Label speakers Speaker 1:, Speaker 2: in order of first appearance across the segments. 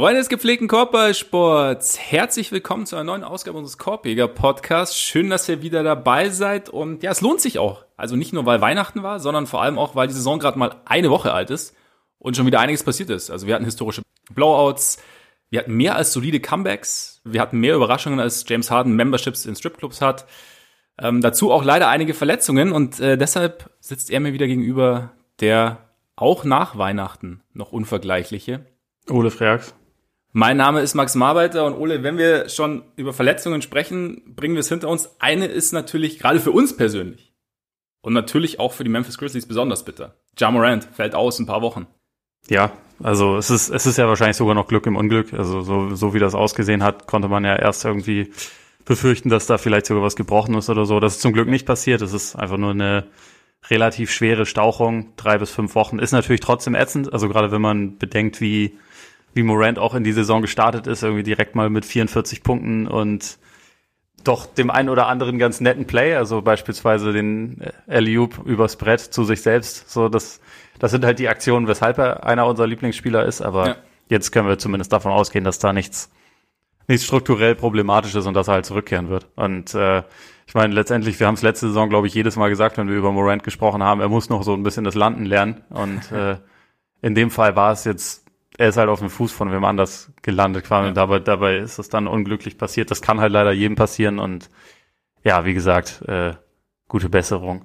Speaker 1: Freunde des gepflegten Korbballsports, herzlich willkommen zu einer neuen Ausgabe unseres Korbjäger-Podcasts. Schön, dass ihr wieder dabei seid und ja, es lohnt sich auch. Also nicht nur, weil Weihnachten war, sondern vor allem auch, weil die Saison gerade mal eine Woche alt ist und schon wieder einiges passiert ist. Also wir hatten historische Blowouts, wir hatten mehr als solide Comebacks, wir hatten mehr Überraschungen, als James Harden Memberships in Stripclubs hat. Dazu auch leider einige Verletzungen und deshalb sitzt er mir wieder gegenüber, der auch nach Weihnachten noch unvergleichliche
Speaker 2: Ole Freaks.
Speaker 1: Mein Name ist Max Marbeiter und Ole, wenn wir schon über Verletzungen sprechen, bringen wir es hinter uns. Eine ist natürlich gerade für uns persönlich und natürlich auch für die Memphis Grizzlies besonders bitter. Ja Morant fällt aus ein paar Wochen.
Speaker 2: Ja, also es ist ja wahrscheinlich sogar noch Glück im Unglück. Also so wie das ausgesehen hat, konnte man ja erst irgendwie befürchten, dass da vielleicht sogar was gebrochen ist oder so. Das ist zum Glück nicht passiert. Es ist einfach nur eine relativ schwere Stauchung. 3 bis 5 Wochen ist natürlich trotzdem ätzend. Also gerade wenn man bedenkt, wie Morant auch in die Saison gestartet ist, irgendwie direkt mal mit 44 Punkten und doch dem einen oder anderen ganz netten Play, also beispielsweise den Alley-Oop übers Brett zu sich selbst. So, das sind halt die Aktionen, weshalb er einer unserer Lieblingsspieler ist, aber Jetzt können wir zumindest davon ausgehen, dass da nichts strukturell problematisch ist und dass er halt zurückkehren wird. Und ich meine, letztendlich, wir haben es letzte Saison, glaube ich, jedes Mal gesagt, wenn wir über Morant gesprochen haben, er muss noch so ein bisschen das Landen lernen. Und in dem Fall war es jetzt, er ist halt auf dem Fuß von wem anders gelandet, quasi. Ja. Dabei ist es dann unglücklich passiert. Das kann halt leider jedem passieren. Und ja, wie gesagt, gute Besserung.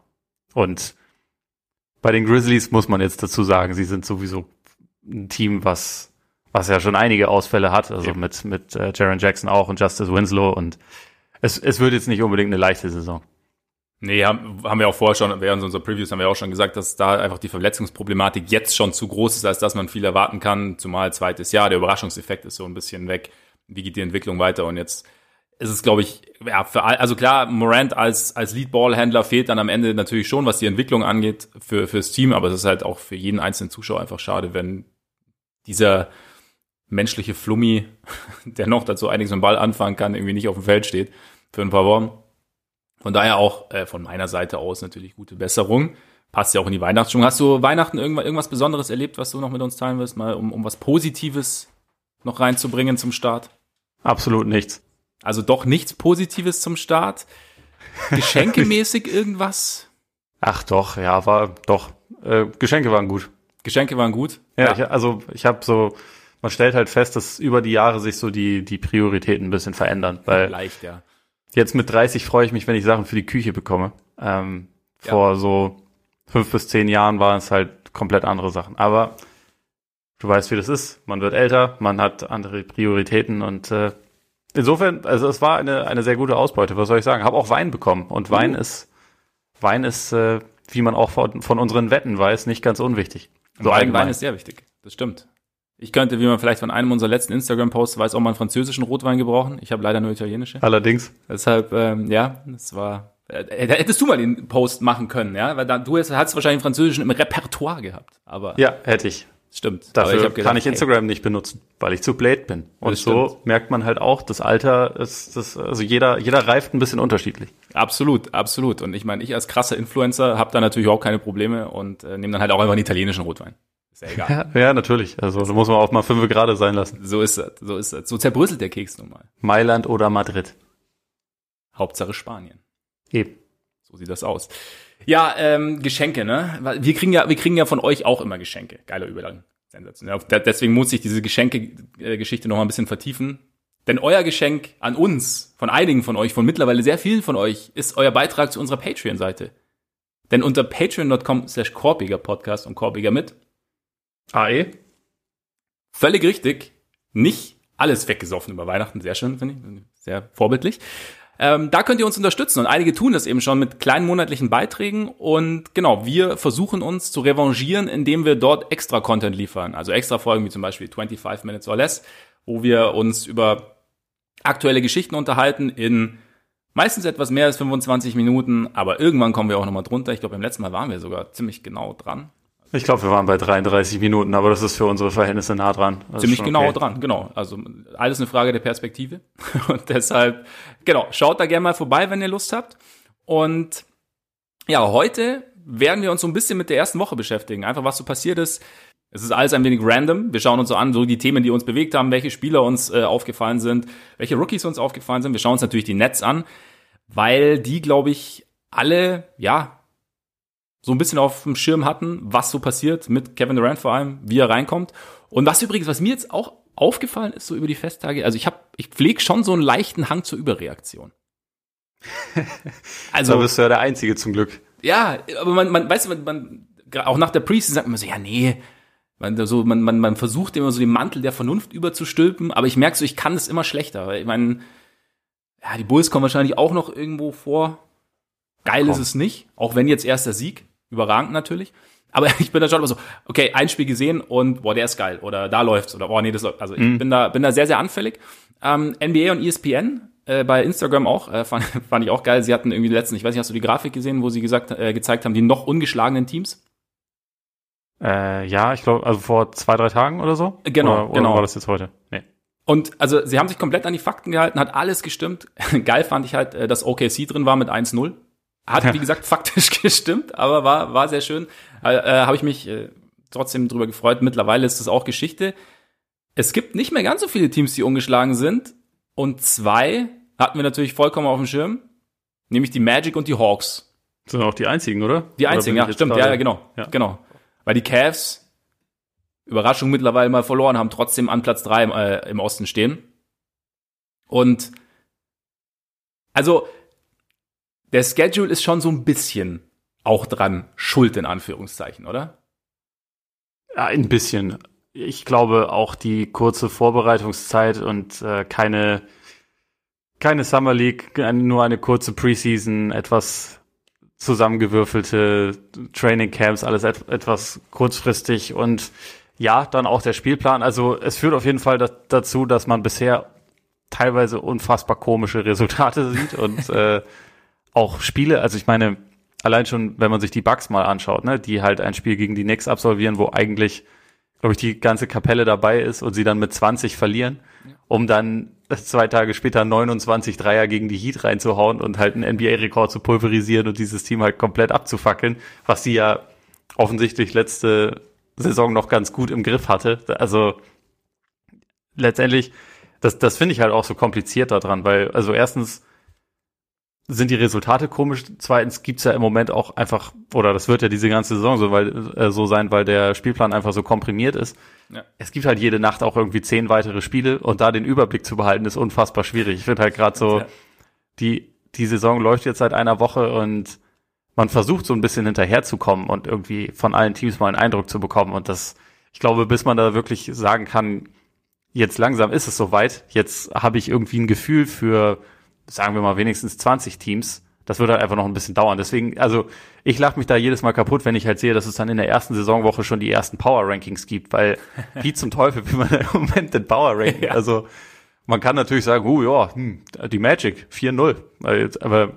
Speaker 2: Und bei den Grizzlies muss man jetzt dazu sagen, sie sind sowieso ein Team, was ja schon einige Ausfälle hat. Also mit Jaren Jackson auch und Justice Winslow. Und es wird jetzt nicht unbedingt eine leichte Saison.
Speaker 1: Nee, haben wir auch vorher schon, während unserer Previews haben wir auch schon gesagt, dass da einfach die Verletzungsproblematik jetzt schon zu groß ist, als dass man viel erwarten kann, zumal zweites Jahr, der Überraschungseffekt ist so ein bisschen weg. Wie geht die Entwicklung weiter? Und jetzt ist es, glaube ich, ja, also klar, Morant als Lead-Ball-Händler fehlt dann am Ende natürlich schon, was die Entwicklung angeht fürs Team, aber es ist halt auch für jeden einzelnen Zuschauer einfach schade, wenn dieser menschliche Flummi, der noch dazu einiges mit dem Ball anfangen kann, irgendwie nicht auf dem Feld steht für ein paar Wochen. Von daher auch von meiner Seite aus natürlich gute Besserung. Passt ja auch in die Weihnachtsstimmung. Hast du Weihnachten irgendwas Besonderes erlebt, was du noch mit uns teilen willst, mal um was Positives noch reinzubringen zum Start?
Speaker 2: Absolut nichts.
Speaker 1: Also doch nichts Positives zum Start? Geschenkemäßig irgendwas?
Speaker 2: Ach doch, ja, war doch. Geschenke waren gut.
Speaker 1: Geschenke waren gut?
Speaker 2: Ja. Ich habe so, man stellt halt fest, dass über die Jahre sich so die Prioritäten ein bisschen verändern. Weil
Speaker 1: leicht, ja.
Speaker 2: Jetzt mit 30 freue ich mich, wenn ich Sachen für die Küche bekomme. Vor so 5 bis 10 Jahren waren es halt komplett andere Sachen. Aber du weißt, wie das ist. Man wird älter, man hat andere Prioritäten und insofern, also es war eine sehr gute Ausbeute, was soll ich sagen. Habe auch Wein bekommen und Wein ist, wie man auch von unseren Wetten weiß, nicht ganz unwichtig.
Speaker 1: So Wein ist sehr wichtig, das stimmt. Ich könnte, wie man vielleicht von einem unserer letzten Instagram-Posts weiß, auch mal einen französischen Rotwein gebrauchen. Ich habe leider nur italienische.
Speaker 2: Allerdings.
Speaker 1: Deshalb, das war, hättest du mal den Post machen können, ja? Weil du hast wahrscheinlich einen französischen im Repertoire gehabt. Aber
Speaker 2: ja, hätte ich.
Speaker 1: Stimmt.
Speaker 2: Dafür kann ich Instagram nicht benutzen, weil ich zu blöd bin. Und so merkt man halt auch, das Alter also jeder reift ein bisschen unterschiedlich.
Speaker 1: Absolut, absolut. Und ich meine, ich als krasser Influencer habe da natürlich auch keine Probleme und nehme dann halt auch einfach einen italienischen Rotwein. Ist ja egal.
Speaker 2: Ja, natürlich. Also da muss man auch mal 5 gerade sein lassen.
Speaker 1: So ist es. So zerbröselt der Keks nun mal.
Speaker 2: Mailand oder Madrid.
Speaker 1: Hauptsache Spanien.
Speaker 2: Eben.
Speaker 1: So sieht das aus. Ja, Geschenke, ne? Wir kriegen ja von euch auch immer Geschenke. Geiler Übergang. Sensationell. Deswegen muss ich diese Geschenke-Geschichte noch mal ein bisschen vertiefen. Denn euer Geschenk an uns, von einigen von euch, von mittlerweile sehr vielen von euch, ist euer Beitrag zu unserer Patreon-Seite. Denn unter patreon.com/Korbjäger-Podcast und Korbjäger mit AE. Völlig richtig. Nicht alles weggesoffen über Weihnachten. Sehr schön, finde ich. Sehr vorbildlich. Da könnt ihr uns unterstützen und einige tun das eben schon mit kleinen monatlichen Beiträgen und genau, wir versuchen uns zu revanchieren, indem wir dort extra Content liefern, also extra Folgen wie zum Beispiel 25 Minutes or Less, wo wir uns über aktuelle Geschichten unterhalten in meistens etwas mehr als 25 Minuten, aber irgendwann kommen wir auch nochmal drunter. Ich glaube, beim letzten Mal waren wir sogar ziemlich genau dran.
Speaker 2: Ich glaube, wir waren bei 33 Minuten, aber das ist für unsere Verhältnisse nah dran. Das
Speaker 1: ziemlich genau dran, genau. Also alles eine Frage der Perspektive. Und deshalb, genau, schaut da gerne mal vorbei, wenn ihr Lust habt. Und ja, heute werden wir uns so ein bisschen mit der ersten Woche beschäftigen. Einfach, was so passiert ist. Es ist alles ein wenig random. Wir schauen uns so an, so die Themen, die uns bewegt haben, welche Spieler uns aufgefallen sind, welche Rookies uns aufgefallen sind. Wir schauen uns natürlich die Nets an, weil die, glaube ich, alle, ja, so ein bisschen auf dem Schirm hatten, was so passiert mit Kevin Durant vor allem, wie er reinkommt. Und was mir jetzt auch aufgefallen ist, so über die Festtage, also ich pflege schon so einen leichten Hang zur Überreaktion.
Speaker 2: Also, da bist du ja der Einzige zum Glück.
Speaker 1: Ja, aber man weiß, man auch nach der Preseason sagt man so, ja, nee, man versucht immer so den Mantel der Vernunft überzustülpen, aber ich merke so, ich kann das immer schlechter, weil ich meine, ja, die Bulls kommen wahrscheinlich auch noch irgendwo vor. Geil ist es nicht, auch wenn jetzt erster Sieg, überragend natürlich. Aber ich bin da schon immer so, okay, ein Spiel gesehen und boah, der ist geil oder da läuft's oder boah, nee, das läuft. Also ich bin da sehr, sehr anfällig. NBA und ESPN bei Instagram auch, fand ich auch geil. Sie hatten irgendwie letztens, ich weiß nicht, hast du die Grafik gesehen, wo sie gezeigt haben, die noch ungeschlagenen Teams?
Speaker 2: Ja, ich glaube, also vor 2-3 Tagen oder so.
Speaker 1: Genau.
Speaker 2: Oder war das jetzt heute? Nee.
Speaker 1: Und also sie haben sich komplett an die Fakten gehalten, hat alles gestimmt. Geil fand ich halt, dass OKC drin war mit 1-0. Hat, wie gesagt, faktisch gestimmt, aber war sehr schön. Habe ich mich trotzdem drüber gefreut. Mittlerweile ist das auch Geschichte. Es gibt nicht mehr ganz so viele Teams, die ungeschlagen sind. Und 2 hatten wir natürlich vollkommen auf dem Schirm. Nämlich die Magic und die Hawks.
Speaker 2: Das sind auch die einzigen, oder?
Speaker 1: Die einzigen, ja, stimmt. Ja, genau. Weil die Cavs, Überraschung, mittlerweile mal verloren, haben trotzdem an Platz 3 im Osten stehen. Und also der Schedule ist schon so ein bisschen auch dran schuld, in Anführungszeichen, oder?
Speaker 2: Ja, ein bisschen. Ich glaube auch die kurze Vorbereitungszeit und keine Summer League, nur eine kurze Preseason, etwas zusammengewürfelte Training Camps, alles etwas kurzfristig und ja, dann auch der Spielplan. Also es führt auf jeden Fall dazu, dass man bisher teilweise unfassbar komische Resultate sieht und auch Spiele, also ich meine, allein schon, wenn man sich die Bucks mal anschaut, ne, die halt ein Spiel gegen die Knicks absolvieren, wo eigentlich, glaube ich, die ganze Kapelle dabei ist und sie dann mit 20 verlieren, um dann 2 Tage später 29 Dreier gegen die Heat reinzuhauen und halt einen NBA-Rekord zu pulverisieren und dieses Team halt komplett abzufackeln, was sie ja offensichtlich letzte Saison noch ganz gut im Griff hatte. Also letztendlich, das finde ich halt auch so kompliziert daran, weil, also erstens sind die Resultate komisch, zweitens gibt's ja im Moment auch einfach, oder das wird ja diese ganze Saison so sein, weil der Spielplan einfach so komprimiert ist. Ja. Es gibt halt jede Nacht auch irgendwie 10 weitere Spiele und da den Überblick zu behalten, ist unfassbar schwierig. Ich finde halt gerade so, die Saison läuft jetzt seit einer Woche und man versucht so ein bisschen hinterherzukommen und irgendwie von allen Teams mal einen Eindruck zu bekommen und das, ich glaube, bis man da wirklich sagen kann, jetzt langsam ist es soweit, jetzt habe ich irgendwie ein Gefühl für, sagen wir mal, wenigstens 20 Teams. Das wird halt einfach noch ein bisschen dauern. Deswegen, also ich lache mich da jedes Mal kaputt, wenn ich halt sehe, dass es dann in der ersten Saisonwoche schon die ersten Power-Rankings gibt, weil wie zum Teufel will man im Moment den Power-Ranking? Ja. Also man kann natürlich sagen, die Magic 4-0. Aber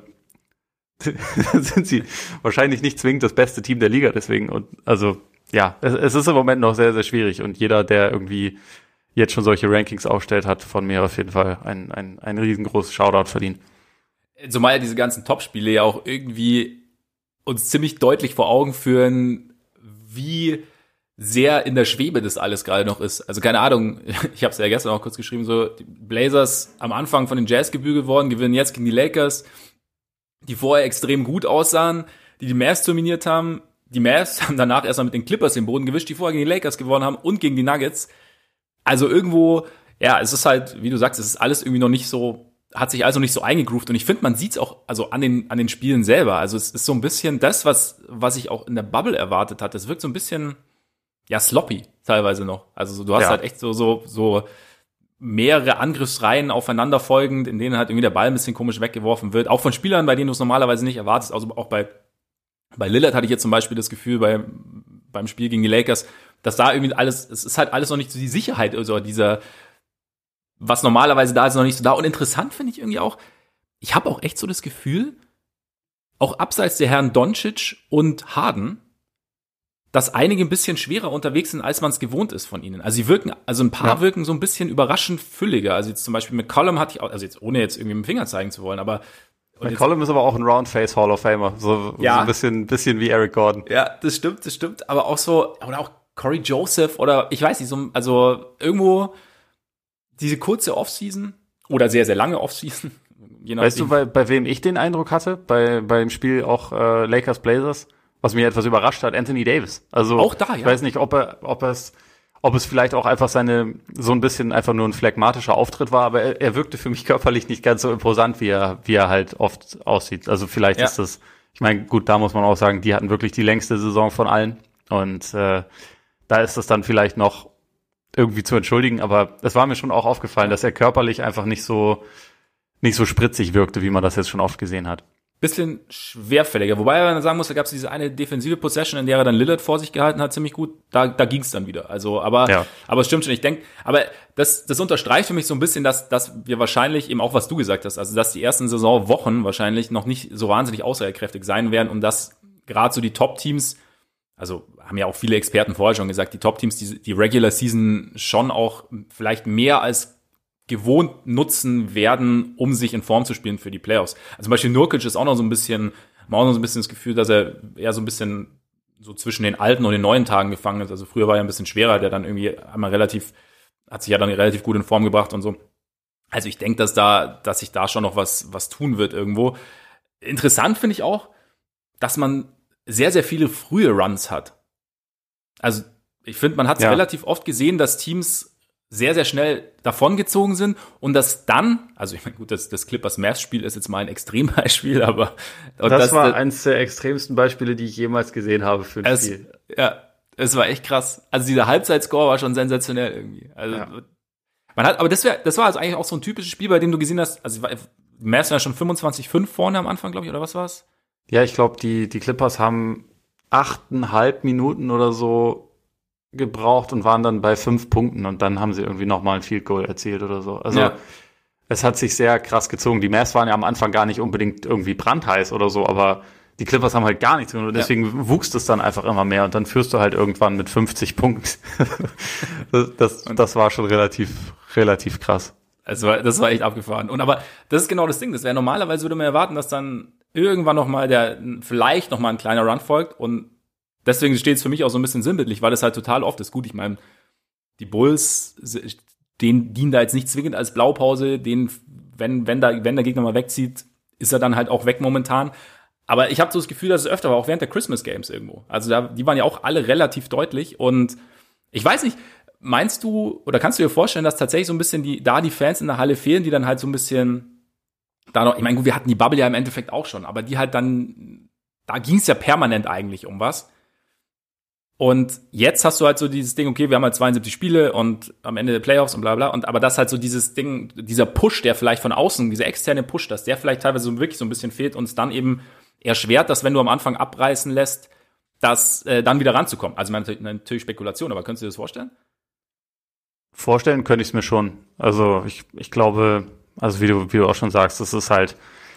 Speaker 2: sind sie wahrscheinlich nicht zwingend das beste Team der Liga. Deswegen, und also ja, es ist im Moment noch sehr, sehr schwierig. Und jeder, der irgendwie jetzt schon solche Rankings aufstellt, hat von mir auf jeden Fall ein riesengroßes Shoutout verdient.
Speaker 1: Zumal ja diese ganzen Topspiele ja auch irgendwie uns ziemlich deutlich vor Augen führen, wie sehr in der Schwebe das alles gerade noch ist. Also keine Ahnung, ich habe es ja gestern auch kurz geschrieben, so die Blazers am Anfang von den Jazz gebügelt worden, gewinnen jetzt gegen die Lakers, die vorher extrem gut aussahen, die Mavs dominiert haben. Die Mavs haben danach erstmal mit den Clippers den Boden gewischt, die vorher gegen die Lakers gewonnen haben und gegen die Nuggets. Also irgendwo, ja, es ist halt, wie du sagst, es ist alles irgendwie noch nicht so, hat sich also nicht so eingegroovt und ich finde, man sieht's auch also an den Spielen selber. Also es ist so ein bisschen das, was ich auch in der Bubble erwartet hatte. Es wirkt so ein bisschen, ja, sloppy teilweise noch. Also so, du hast halt echt so mehrere Angriffsreihen aufeinander folgend, in denen halt irgendwie der Ball ein bisschen komisch weggeworfen wird. Auch von Spielern, bei denen du es normalerweise nicht erwartest. Also auch bei Lillard hatte ich jetzt zum Beispiel das Gefühl, beim Spiel gegen die Lakers, dass da irgendwie alles, es ist halt alles noch nicht so die Sicherheit, also dieser, was normalerweise da ist, noch nicht so da. Und interessant finde ich irgendwie auch, ich habe auch echt so das Gefühl, auch abseits der Herren Doncic und Harden, dass einige ein bisschen schwerer unterwegs sind, als man es gewohnt ist von ihnen. Also sie wirken, also ein paar wirken so ein bisschen überraschend fülliger. Also jetzt zum Beispiel mit McCollum hatte ich auch, also jetzt ohne jetzt irgendwie mit dem Finger zeigen zu wollen, aber
Speaker 2: McCollum ist aber auch ein Roundface Hall of Famer, so ein bisschen wie Eric Gordon.
Speaker 1: Ja, das stimmt, aber auch so, oder auch Corey Joseph oder ich weiß nicht, also irgendwo diese kurze Offseason oder sehr, sehr lange Offseason.
Speaker 2: Weißt du, bei wem ich den Eindruck hatte? Beim Spiel auch Lakers Blazers, was mich etwas überrascht hat, Anthony Davis. Also
Speaker 1: auch da, ja.
Speaker 2: Ich weiß nicht, ob es vielleicht auch einfach so ein bisschen einfach nur ein phlegmatischer Auftritt war, aber er wirkte für mich körperlich nicht ganz so imposant, wie er halt oft aussieht. Also vielleicht ist das, ich meine, gut, da muss man auch sagen, die hatten wirklich die längste Saison von allen und da ist das dann vielleicht noch irgendwie zu entschuldigen, aber es war mir schon auch aufgefallen, dass er körperlich einfach nicht so spritzig wirkte, wie man das jetzt schon oft gesehen hat.
Speaker 1: Bisschen schwerfälliger, wobei man sagen muss, da gab es diese eine defensive Possession, in der er dann Lillard vor sich gehalten hat, ziemlich gut, da ging es dann wieder. Also, aber es stimmt schon, ich denke, aber das unterstreicht für mich so ein bisschen, dass wir wahrscheinlich eben auch, was du gesagt hast, also dass die ersten Saisonwochen wahrscheinlich noch nicht so wahnsinnig aussagekräftig sein werden und dass gerade so die Top-Teams, also haben ja auch viele Experten vorher schon gesagt, die Top-Teams, die Regular Season schon auch vielleicht mehr als gewohnt nutzen werden, um sich in Form zu spielen für die Playoffs. Also zum Beispiel Nurkic ist auch noch so ein bisschen, man auch noch so ein bisschen das Gefühl, dass er eher so ein bisschen so zwischen den alten und den neuen Tagen gefangen ist. Also früher war er ein bisschen schwerer, der dann irgendwie hat sich ja dann relativ gut in Form gebracht und so. Also ich denke, dass sich da schon noch was tun wird irgendwo. Interessant finde ich auch, dass man sehr, sehr viele frühe Runs hat. Also ich finde, man hat es relativ oft gesehen, dass Teams sehr, sehr schnell davongezogen sind und das dann, also ich meine, gut, das Clippers-Mavs-Spiel ist jetzt mal ein Extrembeispiel, aber
Speaker 2: das war eins der extremsten Beispiele, die ich jemals gesehen habe für ein Spiel.
Speaker 1: Ja, es war echt krass. Also dieser Halbzeitscore war schon sensationell irgendwie. Also aber das war also eigentlich auch so ein typisches Spiel, bei dem du gesehen hast, also Mavs war schon 25-5 vorne am Anfang, glaube ich, oder was war's?
Speaker 2: Ja, ich glaube, die Clippers haben 8,5 Minuten oder so gebraucht und waren dann bei 5 Punkten und dann haben sie irgendwie nochmal ein Field Goal erzielt oder so. Also es hat sich sehr krass gezogen. Die Mavs waren ja am Anfang gar nicht unbedingt irgendwie brandheiß oder so, aber die Clippers haben halt gar nichts und deswegen wuchs es dann einfach immer mehr und dann führst du halt irgendwann mit 50 Punkten. das war schon relativ krass.
Speaker 1: Das war echt abgefahren. Und aber das ist genau das Ding. Das wäre normalerweise, würde man erwarten, dass dann irgendwann vielleicht noch mal ein kleiner Run folgt und deswegen steht es für mich auch so ein bisschen sinnbildlich, weil das halt total oft ist. Gut, ich meine, die Bulls, denen dienen da jetzt nicht zwingend als Blaupause, wenn der Gegner mal wegzieht, ist er dann halt auch weg momentan. Aber ich habe so das Gefühl, dass es öfter war, auch während der Christmas Games irgendwo. Also die waren ja auch alle relativ deutlich und ich weiß nicht, meinst du oder kannst du dir vorstellen, dass tatsächlich so ein bisschen die Fans in der Halle fehlen, die dann halt so ein bisschen da noch, ich meine, gut, wir hatten die Bubble ja im Endeffekt auch schon, aber die halt dann, da ging es ja permanent eigentlich um was. Und jetzt hast du halt so dieses Ding, okay, wir haben halt 72 Spiele und am Ende der Playoffs und bla bla. Aber das halt so dieses Ding, dieser Push, der vielleicht von außen, dieser externe Push, dass der vielleicht teilweise so wirklich so ein bisschen fehlt und es dann eben erschwert, dass wenn du am Anfang abreißen lässt, dass dann wieder ranzukommen. Also natürlich Spekulation, aber könntest du dir das vorstellen?
Speaker 2: Vorstellen könnte ich es mir schon. Also ich glaube, also wie du auch schon sagst, das ist halt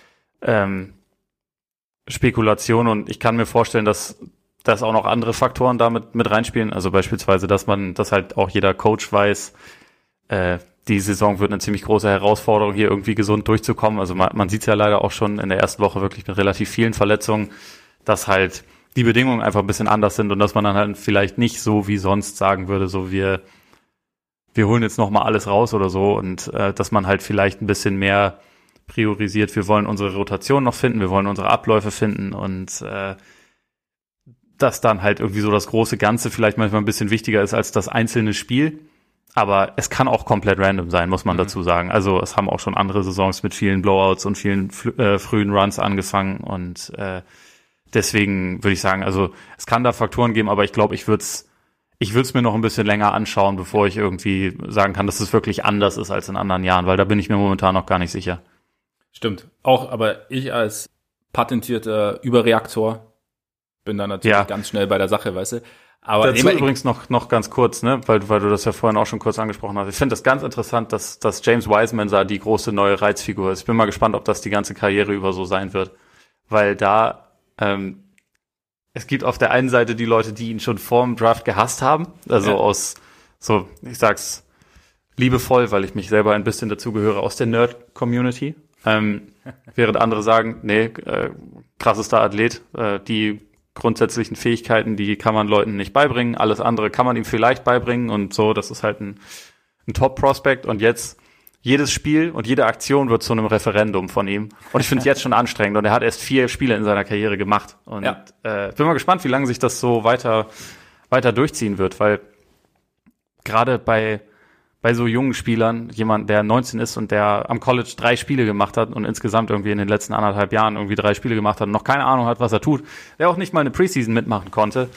Speaker 2: Spekulation und ich kann mir vorstellen, dass auch noch andere Faktoren damit mit reinspielen. Also beispielsweise, dass halt auch jeder Coach weiß, die Saison wird eine ziemlich große Herausforderung, hier irgendwie gesund durchzukommen. Also man sieht es ja leider auch schon in der ersten Woche wirklich mit relativ vielen Verletzungen, dass halt die Bedingungen einfach ein bisschen anders sind und dass man dann halt vielleicht nicht so wie sonst sagen würde, so wir holen jetzt noch mal alles raus oder so und dass man halt vielleicht ein bisschen mehr priorisiert. Wir wollen unsere Rotation noch finden, wir wollen unsere Abläufe finden und dass dann halt irgendwie so das große Ganze vielleicht manchmal ein bisschen wichtiger ist als das einzelne Spiel. Aber es kann auch komplett random sein, muss man dazu sagen. Also es haben auch schon andere Saisons mit vielen Blowouts und vielen frühen Runs angefangen. Und deswegen würde ich sagen, also es kann da Faktoren geben, aber ich glaube, ich würde es mir noch ein bisschen länger anschauen, bevor ich irgendwie sagen kann, dass es wirklich anders ist als in anderen Jahren, weil da bin ich mir momentan noch gar nicht sicher.
Speaker 1: Stimmt. Auch, aber ich als patentierter Überreaktor bin da natürlich ganz schnell bei der Sache, weißt du. Aber
Speaker 2: dazu übrigens noch ganz kurz, ne, weil du das ja vorhin auch schon kurz angesprochen hast. Ich finde das ganz interessant, dass James Wiseman da die große neue Reizfigur ist. Ich bin mal gespannt, ob das die ganze Karriere über so sein wird. Weil da, es gibt auf der einen Seite die Leute, die ihn schon vor dem Draft gehasst haben. Also aus, so, ich sag's liebevoll, weil ich mich selber ein bisschen dazugehöre, aus der Nerd-Community. Während andere sagen, nee, krassester Athlet, die grundsätzlichen Fähigkeiten, die kann man Leuten nicht beibringen. Alles andere kann man ihm vielleicht beibringen und so. Das ist halt ein Top-Prospect. Und jetzt jedes Spiel und jede Aktion wird zu einem Referendum von ihm. Und ich finde es jetzt schon anstrengend. Und er hat erst 4 Spiele in seiner Karriere gemacht. Und bin mal gespannt, wie lange sich das so weiter durchziehen wird. Weil gerade bei so jungen Spielern, jemand, der 19 ist und der am College 3 Spiele gemacht hat und insgesamt irgendwie in den letzten 1,5 Jahren irgendwie 3 Spiele gemacht hat und noch keine Ahnung hat, was er tut, der auch nicht mal eine Preseason mitmachen konnte,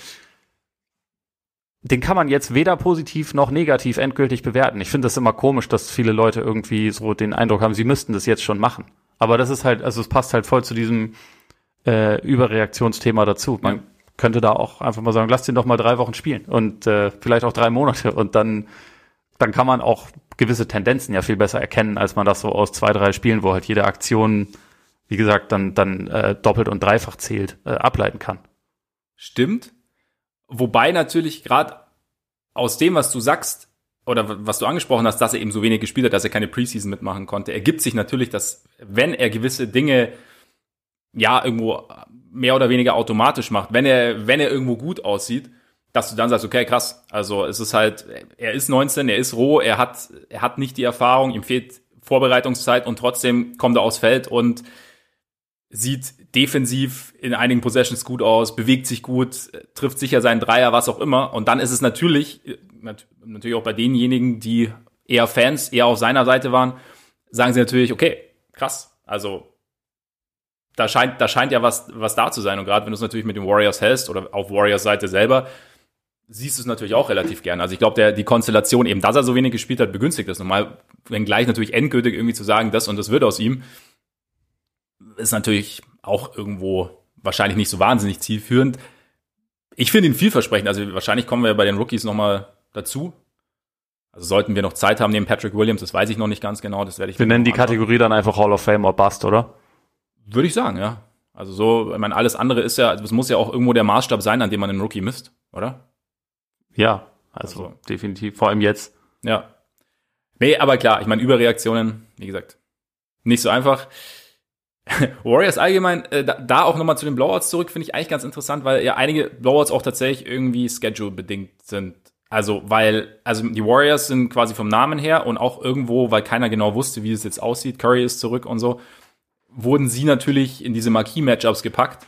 Speaker 2: den kann man jetzt weder positiv noch negativ endgültig bewerten. Ich finde das immer komisch, dass viele Leute irgendwie so den Eindruck haben, sie müssten das jetzt schon machen. Aber das ist halt, also es passt halt voll zu diesem Überreaktionsthema dazu. Man könnte da auch einfach mal sagen, lass den doch mal 3 Wochen spielen und vielleicht auch 3 Monate und dann kann man auch gewisse Tendenzen ja viel besser erkennen, als man das so aus 2, 3 Spielen, wo halt jede Aktion, wie gesagt, dann doppelt und dreifach zählt, ableiten kann.
Speaker 1: Stimmt. Wobei natürlich gerade aus dem, was du sagst, oder was du angesprochen hast, dass er eben so wenig gespielt hat, dass er keine Preseason mitmachen konnte, ergibt sich natürlich, dass wenn er gewisse Dinge ja irgendwo mehr oder weniger automatisch macht, wenn er irgendwo gut aussieht, dass du dann sagst, okay, krass, also es ist halt, er ist 19, er ist roh, er hat nicht die Erfahrung, ihm fehlt Vorbereitungszeit und trotzdem kommt er aufs Feld und sieht defensiv in einigen Possessions gut aus, bewegt sich gut, trifft sicher seinen Dreier, was auch immer. Und dann ist es natürlich auch bei denjenigen, die eher Fans, eher auf seiner Seite waren, sagen sie natürlich, okay, krass, also da scheint ja was da zu sein. Und gerade wenn du es natürlich mit den Warriors hältst oder auf Warriors Seite selber, siehst du es natürlich auch relativ gern. Also ich glaube, die Konstellation, eben dass er so wenig gespielt hat, begünstigt das nochmal. Wenn gleich natürlich endgültig irgendwie zu sagen, das und das wird aus ihm, ist natürlich auch irgendwo wahrscheinlich nicht so wahnsinnig zielführend. Ich finde ihn vielversprechend. Also wahrscheinlich kommen wir bei den Rookies nochmal dazu. Also sollten wir noch Zeit haben neben Patrick Williams, das weiß ich noch nicht ganz genau. Das werde ich.
Speaker 2: Wir nennen die Kategorie dann einfach Hall of Fame or Bust, oder?
Speaker 1: Würde ich sagen, ja. Also so, ich meine, alles andere ist ja, es muss ja auch irgendwo der Maßstab sein, an dem man einen Rookie misst, oder?
Speaker 2: Ja, also definitiv, vor allem jetzt.
Speaker 1: Ja. Nee, aber klar, ich meine, Überreaktionen, wie gesagt, nicht so einfach. Warriors allgemein, da auch nochmal zu den Blowouts zurück, finde ich eigentlich ganz interessant, weil ja einige Blowouts auch tatsächlich irgendwie schedule-bedingt sind. Also die Warriors sind quasi vom Namen her und auch irgendwo, weil keiner genau wusste, wie es jetzt aussieht, Curry ist zurück und so, wurden sie natürlich in diese Marquee-Matchups gepackt.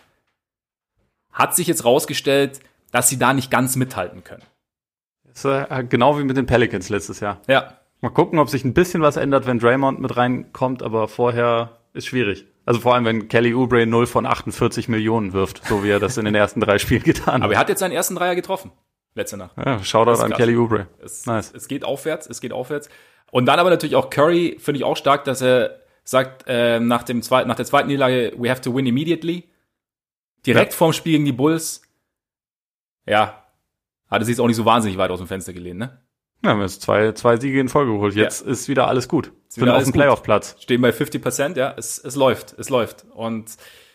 Speaker 1: Hat sich jetzt rausgestellt, dass sie da nicht ganz mithalten können.
Speaker 2: Das ist genau wie mit den Pelicans letztes Jahr.
Speaker 1: Ja.
Speaker 2: Mal gucken, ob sich ein bisschen was ändert, wenn Draymond mit reinkommt, aber vorher ist schwierig. Also vor allem, wenn Kelly Oubre 0 von 48 Millionen wirft, so wie er das in den ersten 3 Spielen getan hat.
Speaker 1: Aber er hat jetzt seinen ersten Dreier getroffen, letzte Nacht.
Speaker 2: Ja, Shoutout an Kelly Oubre.
Speaker 1: Nice. Es geht aufwärts. Und dann aber natürlich auch Curry, finde ich auch stark, dass er sagt, nach der zweiten Niederlage, we have to win immediately. Direkt vorm Spiel gegen die Bulls. Ja, hat es sich jetzt auch nicht so wahnsinnig weit aus dem Fenster gelehnt, ne?
Speaker 2: Ja, wir haben jetzt zwei Siege in Folge geholt. Jetzt ist wieder alles gut. Sind auf dem Playoff-Platz.
Speaker 1: Stehen bei 50%, ja. Es läuft. Und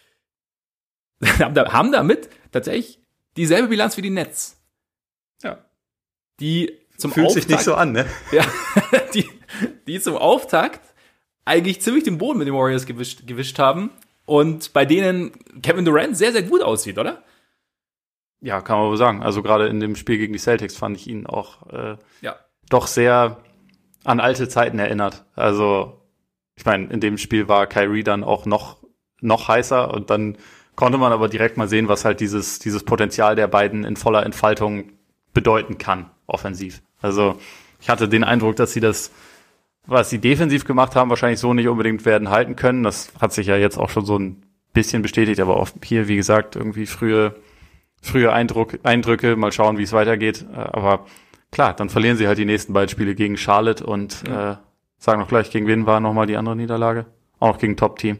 Speaker 1: haben damit tatsächlich dieselbe Bilanz wie die Nets.
Speaker 2: Ja.
Speaker 1: Die zum
Speaker 2: Fühlt
Speaker 1: Auftakt,
Speaker 2: sich nicht so an, ne?
Speaker 1: Ja, die zum Auftakt eigentlich ziemlich den Boden mit den Warriors gewischt haben und bei denen Kevin Durant sehr, sehr gut aussieht, oder?
Speaker 2: Ja, kann man wohl sagen. Also gerade in dem Spiel gegen die Celtics fand ich ihn auch doch sehr an alte Zeiten erinnert. Also ich meine, in dem Spiel war Kyrie dann auch noch heißer und dann konnte man aber direkt mal sehen, was halt dieses Potenzial der beiden in voller Entfaltung bedeuten kann, offensiv. Also ich hatte den Eindruck, dass sie das, was sie defensiv gemacht haben, wahrscheinlich so nicht unbedingt werden halten können. Das hat sich ja jetzt auch schon so ein bisschen bestätigt, aber auch hier, wie gesagt, irgendwie frühe Eindrücke, mal schauen, wie es weitergeht. Aber klar, dann verlieren sie halt die nächsten beiden Spiele gegen Charlotte und sagen noch gleich, gegen wen war nochmal die andere Niederlage? Auch noch gegen Top-Team.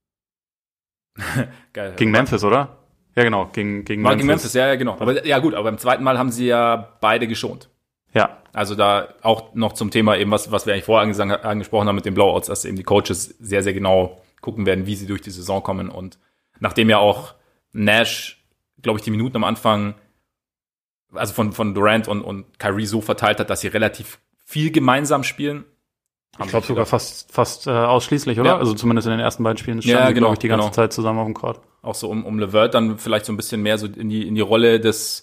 Speaker 1: Geil.
Speaker 2: Gegen Memphis, oder? Ja, genau, gegen Memphis.
Speaker 1: Gegen Memphis, ja, genau. Aber ja gut, aber beim zweiten Mal haben sie ja beide geschont.
Speaker 2: Ja.
Speaker 1: Also da auch noch zum Thema eben, was wir eigentlich vorher angesprochen haben mit den Blowouts, dass eben die Coaches sehr, sehr genau gucken werden, wie sie durch die Saison kommen. Und nachdem ja auch Nash, glaube ich, die Minuten am Anfang, also von Durant und Kyrie so verteilt hat, dass sie relativ viel gemeinsam spielen,
Speaker 2: Ich glaube sogar fast ausschließlich, oder?
Speaker 1: Ja.
Speaker 2: Also zumindest in den ersten beiden Spielen
Speaker 1: Ja, genau,
Speaker 2: glaube ich, die ganze Zeit zusammen auf dem Court.
Speaker 1: Auch so um LeVert dann vielleicht so ein bisschen mehr so in die Rolle des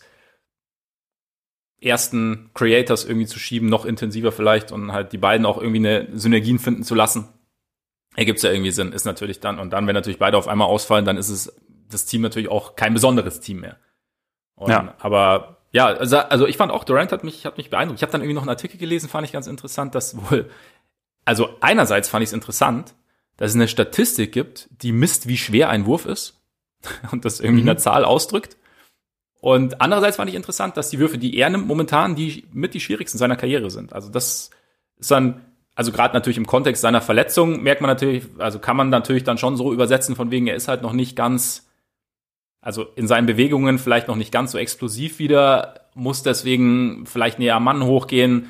Speaker 1: ersten Creators irgendwie zu schieben, noch intensiver vielleicht und halt die beiden auch irgendwie eine Synergien finden zu lassen. Ergibt's ja irgendwie Sinn, ist natürlich dann, und dann, wenn natürlich beide auf einmal ausfallen, dann ist es das Team natürlich auch kein besonderes Team mehr. Und,
Speaker 2: ja.
Speaker 1: Aber ja, also ich fand auch, Durant hat mich beeindruckt. Ich habe dann irgendwie noch einen Artikel gelesen, fand ich ganz interessant, dass wohl, also einerseits fand ich es interessant, dass es eine Statistik gibt, die misst, wie schwer ein Wurf ist und das irgendwie in einer Zahl ausdrückt. Und andererseits fand ich interessant, dass die Würfe, die er nimmt, momentan die schwierigsten seiner Karriere sind. Also das ist dann, also gerade natürlich im Kontext seiner Verletzung merkt man natürlich, also kann man natürlich dann schon so übersetzen, von wegen, er ist halt noch nicht ganz, also in seinen Bewegungen vielleicht noch nicht ganz so explosiv wieder, muss deswegen vielleicht näher am Mann hochgehen,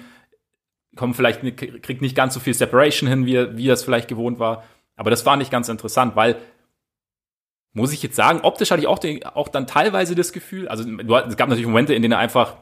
Speaker 1: kriegt nicht ganz so viel Separation hin, wie das vielleicht gewohnt war. Aber das fand ich ganz interessant, weil, muss ich jetzt sagen, optisch hatte ich auch dann teilweise das Gefühl, also es gab natürlich Momente, in denen er einfach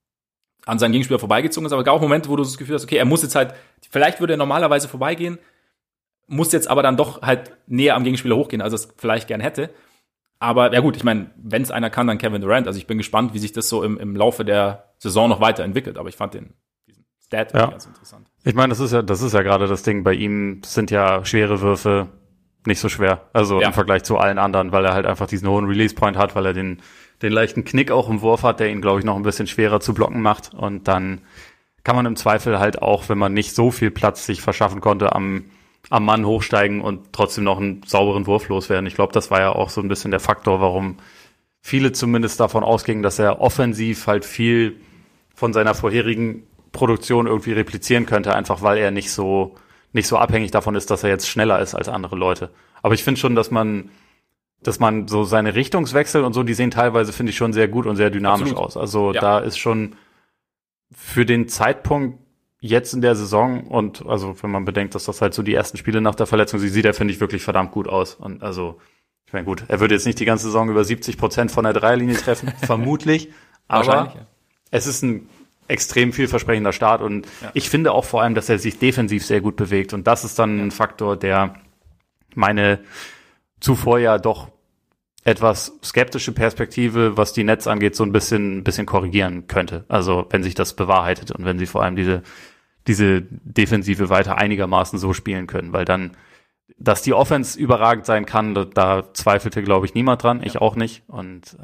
Speaker 1: an seinen Gegenspieler vorbeigezogen ist, aber es gab auch Momente, wo du das Gefühl hast, okay, er muss jetzt halt, vielleicht würde er normalerweise vorbeigehen, muss jetzt aber dann doch halt näher am Gegenspieler hochgehen, als er es vielleicht gern hätte. Aber ja gut, ich meine, wenn es einer kann, dann Kevin Durant. Also ich bin gespannt, wie sich das so im Laufe der Saison noch weiterentwickelt. Aber ich fand diesen Stat ganz interessant.
Speaker 2: Ich meine, das ist ja gerade das Ding. Bei ihm sind ja schwere Würfe nicht so schwer. Also im Vergleich zu allen anderen, weil er halt einfach diesen hohen Release-Point hat, weil er den leichten Knick auch im Wurf hat, der ihn, glaube ich, noch ein bisschen schwerer zu blocken macht. Und dann kann man im Zweifel halt auch, wenn man nicht so viel Platz sich verschaffen konnte, am Mann hochsteigen und trotzdem noch einen sauberen Wurf loswerden. Ich glaube, das war ja auch so ein bisschen der Faktor, warum viele zumindest davon ausgingen, dass er offensiv halt viel von seiner vorherigen Produktion irgendwie replizieren könnte, einfach weil er nicht so abhängig davon ist, dass er jetzt schneller ist als andere Leute. Aber ich finde schon, dass man so seine Richtungswechsel und so, die sehen teilweise, finde ich, schon sehr gut und sehr dynamisch aus. Also da ist schon für den Zeitpunkt jetzt in der Saison und also wenn man bedenkt, dass das halt so die ersten Spiele nach der Verletzung sieht er, finde ich, wirklich verdammt gut aus. Und also, ich meine, gut, er würde jetzt nicht die ganze Saison über 70% von der Dreierlinie treffen, vermutlich, aber es ist ein extrem vielversprechender Start und ich finde auch vor allem, dass er sich defensiv sehr gut bewegt und das ist dann ein Faktor, der meine zuvor ja doch etwas skeptische Perspektive, was die Nets angeht, so ein bisschen korrigieren könnte. Also wenn sich das bewahrheitet und wenn sie vor allem diese Defensive weiter einigermaßen so spielen können, weil dann, dass die Offense überragend sein kann, da zweifelte, glaube ich, niemand dran, ich auch nicht. Und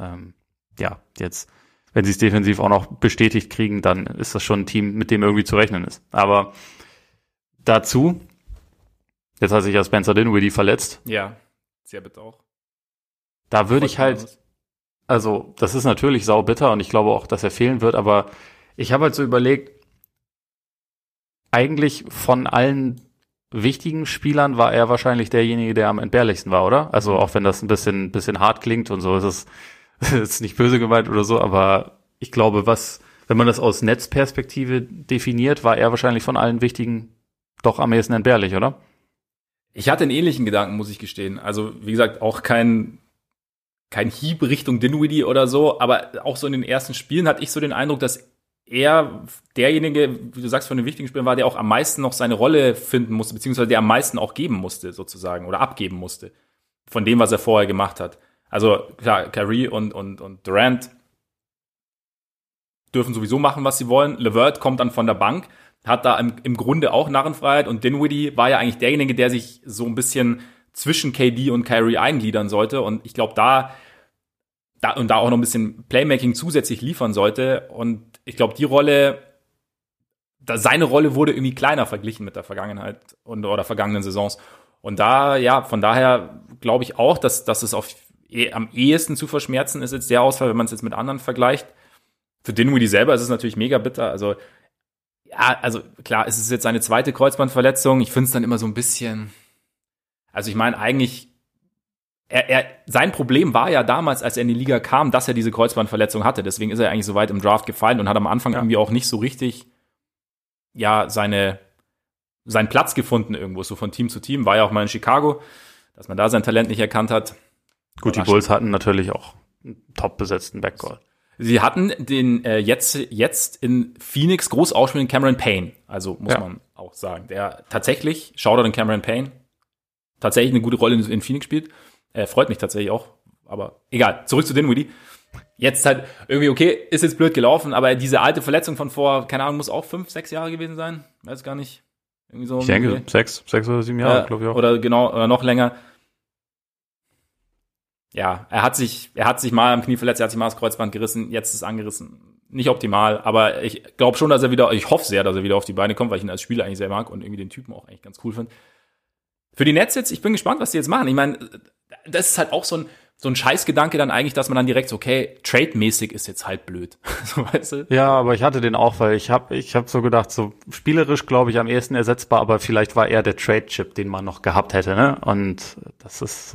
Speaker 2: jetzt, wenn sie es defensiv auch noch bestätigt kriegen, dann ist das schon ein Team, mit dem irgendwie zu rechnen ist. Aber dazu, jetzt hat sich ja Spencer Dinwiddie verletzt.
Speaker 1: Ja, sehr bitter auch.
Speaker 2: Da würde ich halt, also das ist natürlich saubitter und ich glaube auch, dass er fehlen wird, aber ich habe halt so überlegt, eigentlich von allen wichtigen Spielern war er wahrscheinlich derjenige, der am entbehrlichsten war, oder? Also auch wenn das ein bisschen hart klingt und so, ist es nicht böse gemeint oder so, aber ich glaube, wenn man das aus Netzperspektive definiert, war er wahrscheinlich von allen Wichtigen doch am ehesten entbehrlich, oder?
Speaker 1: Ich hatte einen ähnlichen Gedanken, muss ich gestehen. Also wie gesagt, auch kein Hieb Richtung Dinwiddie oder so, aber auch so in den ersten Spielen hatte ich so den Eindruck, dass er derjenige, wie du sagst, von den wichtigen Spielern war, der auch am meisten noch seine Rolle finden musste, beziehungsweise der am meisten auch geben musste, sozusagen, oder abgeben musste, von dem, was er vorher gemacht hat. Also klar, Kyrie und Durant dürfen sowieso machen, was sie wollen. LeVert kommt dann von der Bank, hat da im Grunde auch Narrenfreiheit und Dinwiddie war ja eigentlich derjenige, der sich so ein bisschen zwischen KD und Kyrie eingliedern sollte und ich glaube, da auch noch ein bisschen Playmaking zusätzlich liefern sollte und ich glaube, seine Rolle wurde irgendwie kleiner verglichen mit der Vergangenheit oder vergangenen Saisons und von daher glaube ich auch, dass es am ehesten zu verschmerzen ist jetzt der Ausfall, wenn man es jetzt mit anderen vergleicht. Für Dinwiddie selber ist es natürlich mega bitter, also klar, es ist jetzt seine zweite Kreuzbandverletzung, ich finde es dann immer so ein bisschen. Also ich meine, eigentlich, sein Problem war ja damals, als er in die Liga kam, dass er diese Kreuzbandverletzung hatte. Deswegen ist er eigentlich so weit im Draft gefallen und hat am Anfang irgendwie auch nicht so richtig, seinen Platz gefunden irgendwo, so von Team zu Team. War ja auch mal in Chicago, dass man da sein Talent nicht erkannt hat.
Speaker 2: Gut, die Bulls hatten natürlich auch einen top besetzten Backcourt.
Speaker 1: Sie hatten den jetzt in Phoenix groß ausspielenden Cameron Payne. Also muss man auch auch sagen, der tatsächlich, Shoutout an Cameron Payne, tatsächlich eine gute Rolle in Phoenix spielt. Freut mich tatsächlich auch. Aber egal, zurück zu Dinwiddie. Jetzt halt irgendwie, okay, ist jetzt blöd gelaufen, aber diese alte Verletzung von vor, keine Ahnung, muss auch 5, 6 Jahre gewesen sein. Weiß gar nicht. Irgendwie so.
Speaker 2: Ich denke, 6 oder 7 Jahre, glaube ich auch.
Speaker 1: Oder genau, oder noch länger. Ja, er hat sich mal am Knie verletzt, er hat sich mal das Kreuzband gerissen, jetzt ist es angerissen. Nicht optimal, aber ich glaube schon, ich hoffe sehr, dass er wieder auf die Beine kommt, weil ich ihn als Spieler eigentlich sehr mag und irgendwie den Typen auch eigentlich ganz cool finde. Für die Nets jetzt, ich bin gespannt, was die jetzt machen. Ich meine, das ist halt auch so ein Scheißgedanke dann eigentlich, dass man dann direkt so, okay, trade-mäßig ist jetzt halt blöd. So, weißt du?
Speaker 2: Ja, aber ich hatte den auch, weil ich hab so gedacht, so spielerisch glaube ich am ehesten ersetzbar, aber vielleicht war er der Trade-Chip, den man noch gehabt hätte, ne? Und das ist,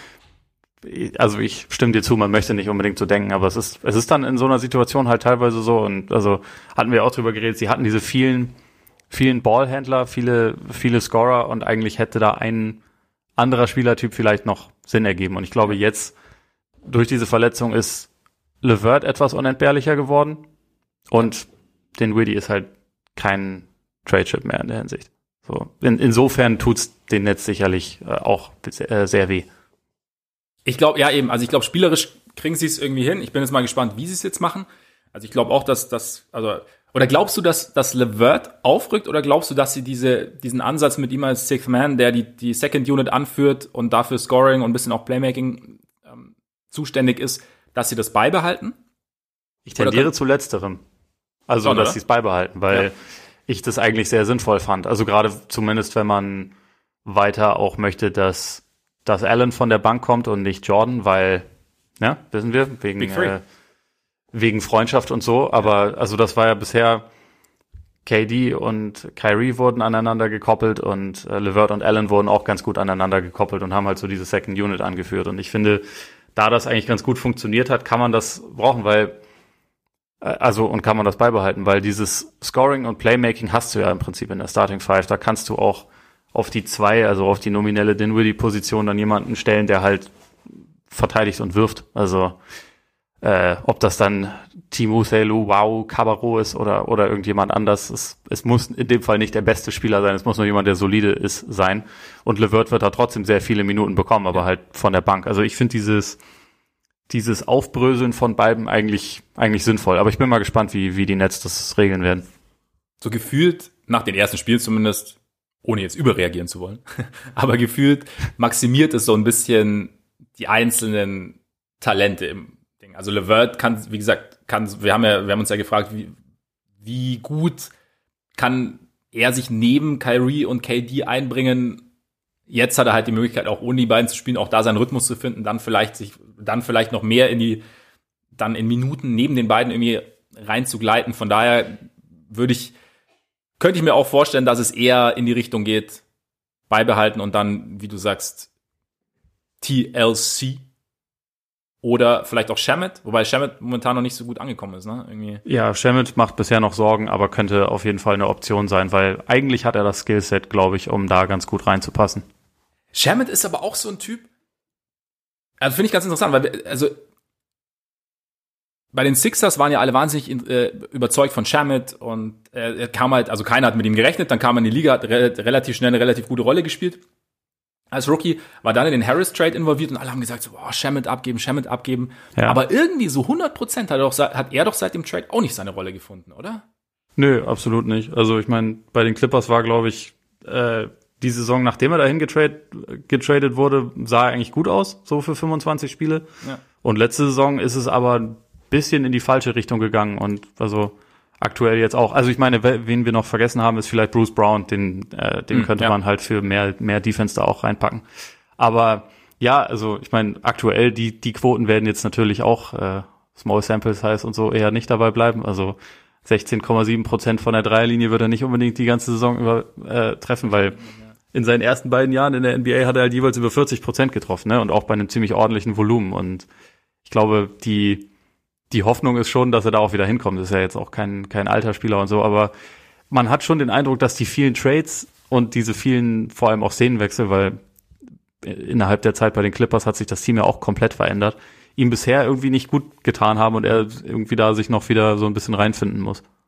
Speaker 2: also ich stimme dir zu, man möchte nicht unbedingt so denken, aber es ist dann in so einer Situation halt teilweise so, und also hatten wir auch drüber geredet, sie hatten diese vielen Ballhändler, viele Scorer, und eigentlich hätte da ein anderer Spielertyp vielleicht noch Sinn ergeben. Und ich glaube, jetzt durch diese Verletzung ist LeVert etwas unentbehrlicher geworden, und Dinwiddie ist halt kein Trade-Chip mehr in der Hinsicht. So, insofern tut's den Netz sicherlich auch sehr weh.
Speaker 1: Ich glaube, ja eben, also ich glaube, spielerisch kriegen sie es irgendwie hin. Ich bin jetzt mal gespannt, wie sie es jetzt machen. Also ich glaube auch, oder glaubst du, dass LeVert aufrückt, oder glaubst du, dass sie diesen Ansatz mit ihm als Sixth Man, der die Second Unit anführt und dafür Scoring und ein bisschen auch Playmaking zuständig ist, dass sie das beibehalten?
Speaker 2: Ich tendiere zu Letzterem. Also,
Speaker 1: schon,
Speaker 2: dass sie es beibehalten, weil ich das eigentlich sehr sinnvoll fand. Also gerade zumindest, wenn man weiter auch möchte, dass Allen von der Bank kommt und nicht Jordan, weil, ja, wissen wir, wegen Freundschaft und so. Aber also das war ja bisher, KD und Kyrie wurden aneinander gekoppelt, und LeVert und Allen wurden auch ganz gut aneinander gekoppelt und haben halt so diese Second Unit angeführt. Und ich finde, da das eigentlich ganz gut funktioniert hat, kann man das brauchen, und kann man das beibehalten, weil dieses Scoring und Playmaking hast du ja im Prinzip in der Starting Five. Da kannst du auch auf die 2, also auf die nominelle Dinwiddie-Position dann jemanden stellen, der halt verteidigt und wirft. Also ob das dann Timo Selu, Wow, Cabarro ist oder irgendjemand anders. Es muss in dem Fall nicht der beste Spieler sein, es muss nur jemand, der solide ist, sein. Und LeVert wird da trotzdem sehr viele Minuten bekommen, aber halt von der Bank. Also ich finde dieses Aufbröseln von beiden eigentlich sinnvoll. Aber ich bin mal gespannt, wie die Nets das regeln werden.
Speaker 1: So gefühlt, nach den ersten Spielen zumindest, ohne jetzt überreagieren zu wollen, aber gefühlt maximiert es so ein bisschen die einzelnen Talente im Ding. Also LeVert kann, wie gesagt, wir haben uns ja gefragt, wie gut kann er sich neben Kyrie und KD einbringen. Jetzt hat er halt die Möglichkeit, auch ohne die beiden zu spielen, auch da seinen Rhythmus zu finden, dann vielleicht noch mehr in Minuten neben den beiden irgendwie reinzugleiten. Von daher könnte ich mir auch vorstellen, dass es eher in die Richtung geht, beibehalten und dann, wie du sagst, TLC oder vielleicht auch Shamet, wobei Shamet momentan noch nicht so gut angekommen ist, ne? Irgendwie.
Speaker 2: Ja, Shamet macht bisher noch Sorgen, aber könnte auf jeden Fall eine Option sein, weil eigentlich hat er das Skillset, glaube ich, um da ganz gut reinzupassen.
Speaker 1: Shamet ist aber auch so ein Typ, also finde ich ganz interessant, weil, also bei den Sixers waren ja alle wahnsinnig überzeugt von Shamet, und er kam halt, also keiner hat mit ihm gerechnet, dann kam er in die Liga, hat relativ schnell eine relativ gute Rolle gespielt als Rookie, war dann in den Harris-Trade involviert, und alle haben gesagt, so, Shamet abgeben. Ja. Aber irgendwie so 100% hat er doch seit dem Trade auch nicht seine Rolle gefunden, oder?
Speaker 2: Nö, absolut nicht. Also ich meine, bei den Clippers war, glaube ich, die Saison, nachdem er dahin getradet wurde, sah er eigentlich gut aus, so für 25 Spiele. Ja. Und letzte Saison ist es aber ein bisschen in die falsche Richtung gegangen, und also aktuell jetzt auch. Also ich meine, wen wir noch vergessen haben, ist vielleicht Bruce Brown, den könnte man halt für mehr Defense da auch reinpacken. Aber ja, also ich meine, aktuell die Quoten werden jetzt natürlich auch Small Sample Size und so eher nicht dabei bleiben. Also 16,7% von der Dreierlinie wird er nicht unbedingt die ganze Saison über treffen, weil in seinen ersten beiden Jahren in der NBA hat er halt jeweils über 40% getroffen, ne? Und auch bei einem ziemlich ordentlichen Volumen. Und ich glaube, die Hoffnung ist schon, dass er da auch wieder hinkommt. Das ist ja jetzt auch kein alter Spieler und so, aber man hat schon den Eindruck, dass die vielen Trades und diese vielen, vor allem auch Szenenwechsel, weil innerhalb der Zeit bei den Clippers hat sich das Team ja auch komplett verändert, ihm bisher irgendwie nicht gut getan haben und er irgendwie da sich noch wieder so ein bisschen reinfinden muss.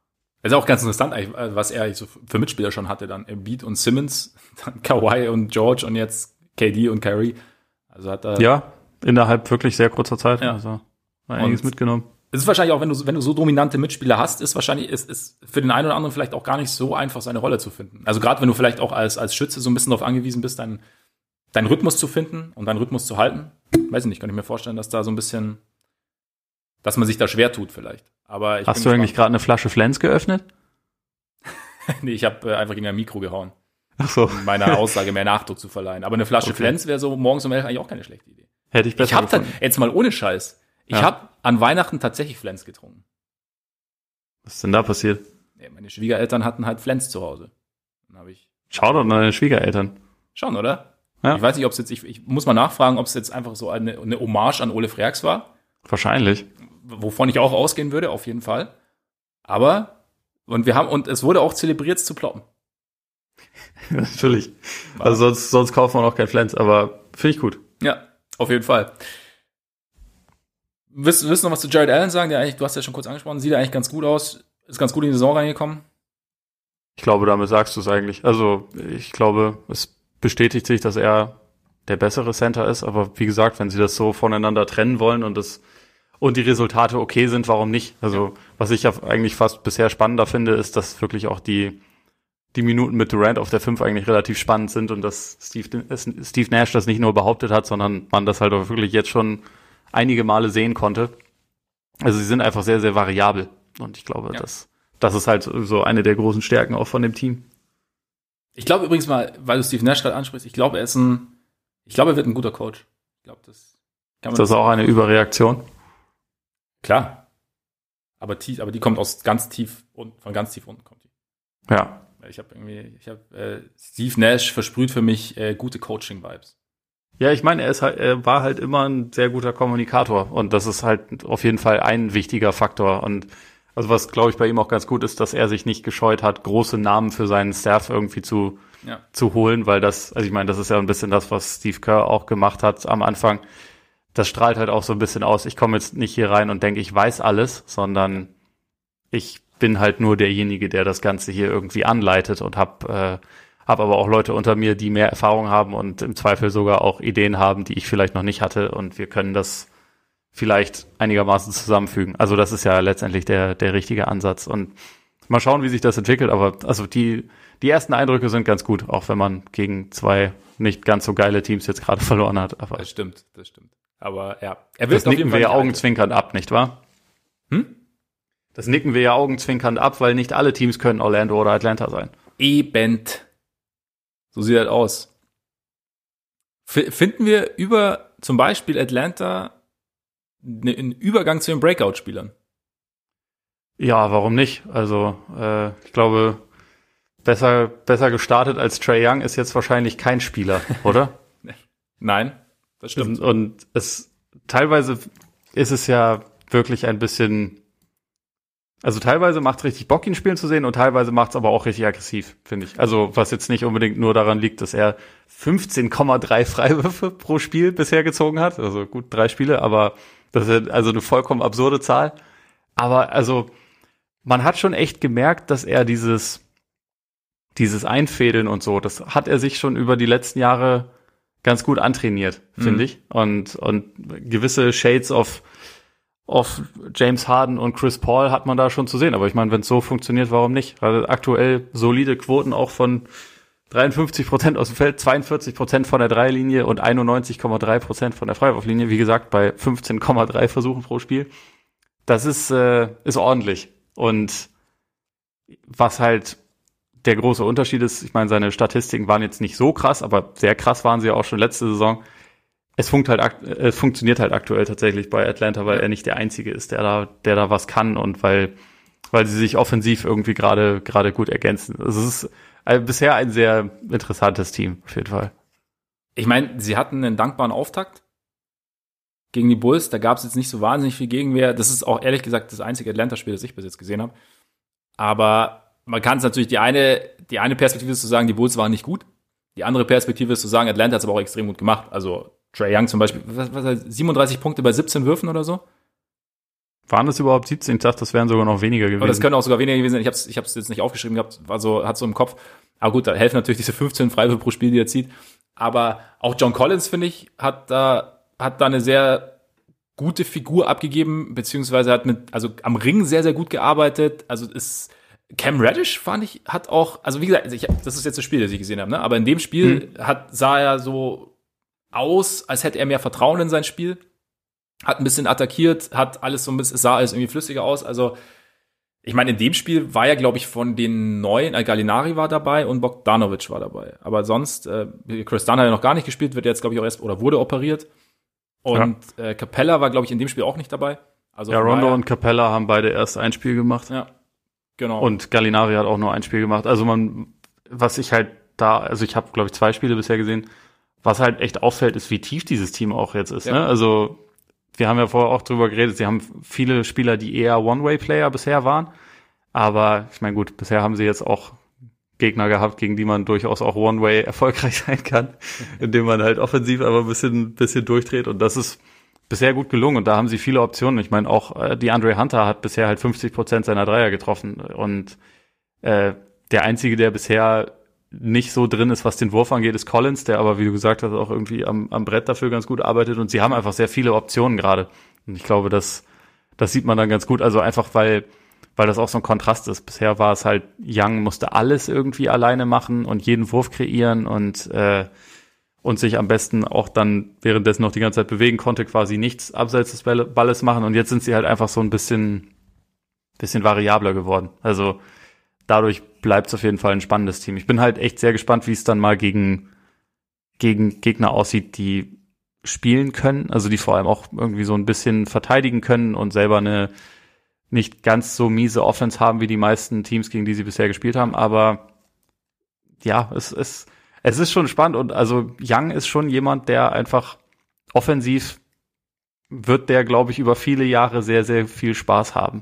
Speaker 1: Also auch ganz interessant, eigentlich, was er eigentlich so für Mitspieler schon hatte, dann Embiid und Simmons, dann Kawhi und George und jetzt KD und Kyrie. Also hat er.
Speaker 2: Ja, innerhalb wirklich sehr kurzer Zeit.
Speaker 1: Ja.
Speaker 2: Also einiges mitgenommen.
Speaker 1: Es ist wahrscheinlich auch, wenn du so dominante Mitspieler hast, ist für den einen oder anderen vielleicht auch gar nicht so einfach, seine Rolle zu finden. Also gerade wenn du vielleicht auch als Schütze so ein bisschen darauf angewiesen bist, deinen Rhythmus zu finden und deinen Rhythmus zu halten. Weiß ich nicht, kann ich mir vorstellen, dass da so ein bisschen, dass man sich da schwer tut vielleicht. Aber
Speaker 2: Hast du eigentlich gerade eine Flasche Flens geöffnet?
Speaker 1: Nee, ich habe einfach gegen ein Mikro gehauen.
Speaker 2: Ach so.
Speaker 1: Um meiner Aussage mehr Nachdruck zu verleihen. Aber eine Flasche Flens wäre so morgens um 11 eigentlich auch keine schlechte Idee.
Speaker 2: Hätte ich besser gefunden.
Speaker 1: Jetzt mal ohne Scheiß. Ich habe an Weihnachten tatsächlich Flens getrunken.
Speaker 2: Was ist denn da passiert?
Speaker 1: Ja, meine Schwiegereltern hatten halt Flens zu Hause. Dann habe ich.
Speaker 2: Schau doch nach deine Schwiegereltern.
Speaker 1: Schon, oder?
Speaker 2: Ja.
Speaker 1: Ich weiß nicht, ob es jetzt, ich muss mal nachfragen, ob es jetzt einfach so eine Hommage an Ole Freaks war.
Speaker 2: Wahrscheinlich.
Speaker 1: Wovon ich auch ausgehen würde, auf jeden Fall. Aber, und es wurde auch zelebriert zu ploppen.
Speaker 2: Natürlich. Also sonst kauft man auch kein Flens, aber finde ich gut.
Speaker 1: Ja, auf jeden Fall. Willst du noch was zu Jared Allen sagen? Du hast ja schon kurz angesprochen, sieht eigentlich ganz gut aus, ist ganz gut in die Saison reingekommen.
Speaker 2: Ich glaube, damit sagst du es eigentlich. Also ich glaube, es bestätigt sich, dass er der bessere Center ist, aber wie gesagt, wenn sie das so voneinander trennen wollen und die Resultate okay sind, warum nicht? Also was ich ja eigentlich fast bisher spannender finde, ist, dass wirklich auch die Minuten mit Durant auf der 5 eigentlich relativ spannend sind und dass Steve Nash das nicht nur behauptet hat, sondern man das halt auch wirklich jetzt schon einige Male sehen konnte. Also sie sind einfach sehr, sehr variabel und ich glaube, das ist halt so eine der großen Stärken auch von dem Team.
Speaker 1: Ich glaube übrigens mal, weil du Steve Nash gerade ansprichst, ich glaube, er wird ein guter Coach. Ich glaube,
Speaker 2: ist das auch eine Überreaktion?
Speaker 1: Klar. Aber die kommt aus ganz tief unten, von ganz tief unten kommt die.
Speaker 2: Ja.
Speaker 1: Ich habe Steve Nash versprüht für mich gute Coaching-Vibes.
Speaker 2: Ja, ich meine, er war halt immer ein sehr guter Kommunikator und das ist halt auf jeden Fall ein wichtiger Faktor und also was, glaube ich, bei ihm auch ganz gut ist, dass er sich nicht gescheut hat, große Namen für seinen Staff irgendwie zu holen, weil also ich meine, das ist ja ein bisschen das, was Steve Kerr auch gemacht hat am Anfang. Das strahlt halt auch so ein bisschen aus. Ich komme jetzt nicht hier rein und denke, ich weiß alles, sondern ich bin halt nur derjenige, der das Ganze hier irgendwie anleitet und hab aber auch Leute unter mir, die mehr Erfahrung haben und im Zweifel sogar auch Ideen haben, die ich vielleicht noch nicht hatte und wir können das vielleicht einigermaßen zusammenfügen. Also das ist ja letztendlich der richtige Ansatz und mal schauen, wie sich das entwickelt, aber also die ersten Eindrücke sind ganz gut, auch wenn man gegen 2 nicht ganz so geile Teams jetzt gerade verloren hat. Aber
Speaker 1: das stimmt. Aber ja,
Speaker 2: das nicken wir ja augenzwinkernd ab, nicht wahr? Das nicken wir ja augenzwinkernd ab, weil nicht alle Teams können Orlando oder Atlanta sein.
Speaker 1: Eben. So sieht das aus. Finden wir über zum Beispiel Atlanta einen Übergang zu den Breakout-Spielern?
Speaker 2: Ja, warum nicht? Also ich glaube, besser gestartet als Trae Young ist jetzt wahrscheinlich kein Spieler, oder?
Speaker 1: Nein, das stimmt.
Speaker 2: Und teilweise ist es ja wirklich ein bisschen, also teilweise macht es richtig Bock, ihn spielen zu sehen und teilweise macht es aber auch richtig aggressiv, finde ich. Also was jetzt nicht unbedingt nur daran liegt, dass er 15,3 Freiwürfe pro Spiel bisher gezogen hat, also gut 3 Spiele, aber das ist also eine vollkommen absurde Zahl. Aber also man hat schon echt gemerkt, dass er dieses Einfädeln und so, das hat er sich schon über die letzten Jahre ganz gut antrainiert, finde ich. Und gewisse Shades of James Harden und Chris Paul hat man da schon zu sehen. Aber ich meine, wenn es so funktioniert, warum nicht? Also aktuell solide Quoten auch von 53% aus dem Feld, 42% von der Dreierlinie und 91,3% von der Freiwurflinie. Wie gesagt, bei 15,3 Versuchen pro Spiel. Das ist ordentlich. Und was halt der große Unterschied ist, ich meine, seine Statistiken waren jetzt nicht so krass, aber sehr krass waren sie ja auch schon letzte Saison. Es funktioniert halt aktuell tatsächlich bei Atlanta, weil er nicht der Einzige ist, der da was kann und weil sie sich offensiv irgendwie gerade gut ergänzen. Also es ist bisher ein sehr interessantes Team, auf jeden Fall.
Speaker 1: Ich meine, sie hatten einen dankbaren Auftakt gegen die Bulls. Da gab es jetzt nicht so wahnsinnig viel Gegenwehr. Das ist auch ehrlich gesagt das einzige Atlanta-Spiel, das ich bis jetzt gesehen habe. Aber man kann es natürlich, die eine Perspektive ist zu sagen, die Bulls waren nicht gut. Die andere Perspektive ist zu sagen, Atlanta hat es aber auch extrem gut gemacht. Also Trae Young zum Beispiel, was 37 Punkte bei 17 Würfen oder so?
Speaker 2: Waren es überhaupt 17? Ich dachte, das wären sogar noch weniger gewesen.
Speaker 1: Aber das können auch sogar weniger gewesen sein. Ich hab's jetzt nicht aufgeschrieben gehabt, also hat so im Kopf. Aber gut, da helfen natürlich diese 15 Freiwürfe pro Spiel, die er zieht. Aber auch John Collins, finde ich, hat da eine sehr gute Figur abgegeben, beziehungsweise hat am Ring sehr, sehr gut gearbeitet. Also Cam Reddish, fand ich, hat auch, also wie gesagt, das ist jetzt das Spiel, das ich gesehen habe, ne? Aber in dem Spiel sah er so aus, als hätte er mehr Vertrauen in sein Spiel. Hat ein bisschen attackiert, hat alles so ein bisschen, es sah alles irgendwie flüssiger aus. Also, ich meine, in dem Spiel war ja, glaube ich, von den Neuen, Gallinari war dabei und Bogdanovic war dabei. Aber sonst, Chris Dunn hat ja noch gar nicht gespielt, wird jetzt, glaube ich, auch erst, oder wurde operiert. Und Capella war, glaube ich, in dem Spiel auch nicht dabei. Also
Speaker 2: ja, Rondo und Capella haben beide erst ein Spiel gemacht.
Speaker 1: Ja, genau.
Speaker 2: Und Gallinari hat auch nur ein Spiel gemacht. Also ich habe, glaube ich, 2 Spiele bisher gesehen. Was halt echt auffällt, ist, wie tief dieses Team auch jetzt ist. Ja. Ne? Also, wir haben ja vorher auch drüber geredet, sie haben viele Spieler, die eher One-Way-Player bisher waren. Aber ich meine, gut, bisher haben sie jetzt auch Gegner gehabt, gegen die man durchaus auch One-Way erfolgreich sein kann, indem man halt offensiv aber ein bisschen durchdreht. Und das ist bisher gut gelungen. Und da haben sie viele Optionen. Ich meine, auch die Andre Hunter hat bisher halt 50% seiner Dreier getroffen. Und der Einzige, der bisher nicht so drin ist, was den Wurf angeht, ist Collins, der aber, wie du gesagt hast, auch irgendwie am Brett dafür ganz gut arbeitet. Und sie haben einfach sehr viele Optionen gerade. Und ich glaube, das sieht man dann ganz gut. Also einfach, weil das auch so ein Kontrast ist. Bisher war es halt, Young musste alles irgendwie alleine machen und jeden Wurf kreieren und sich am besten auch dann währenddessen noch die ganze Zeit bewegen konnte, quasi nichts abseits des Balles machen. Und jetzt sind sie halt einfach so ein bisschen variabler geworden. Also dadurch bleibt es auf jeden Fall ein spannendes Team. Ich bin halt echt sehr gespannt, wie es dann mal gegen Gegner aussieht, die spielen können, also die vor allem auch irgendwie so ein bisschen verteidigen können und selber eine nicht ganz so miese Offense haben wie die meisten Teams, gegen die sie bisher gespielt haben. Aber ja, es ist schon spannend. Und also Young ist schon jemand, der einfach offensiv wird der, glaube ich, über viele Jahre sehr, sehr viel Spaß haben.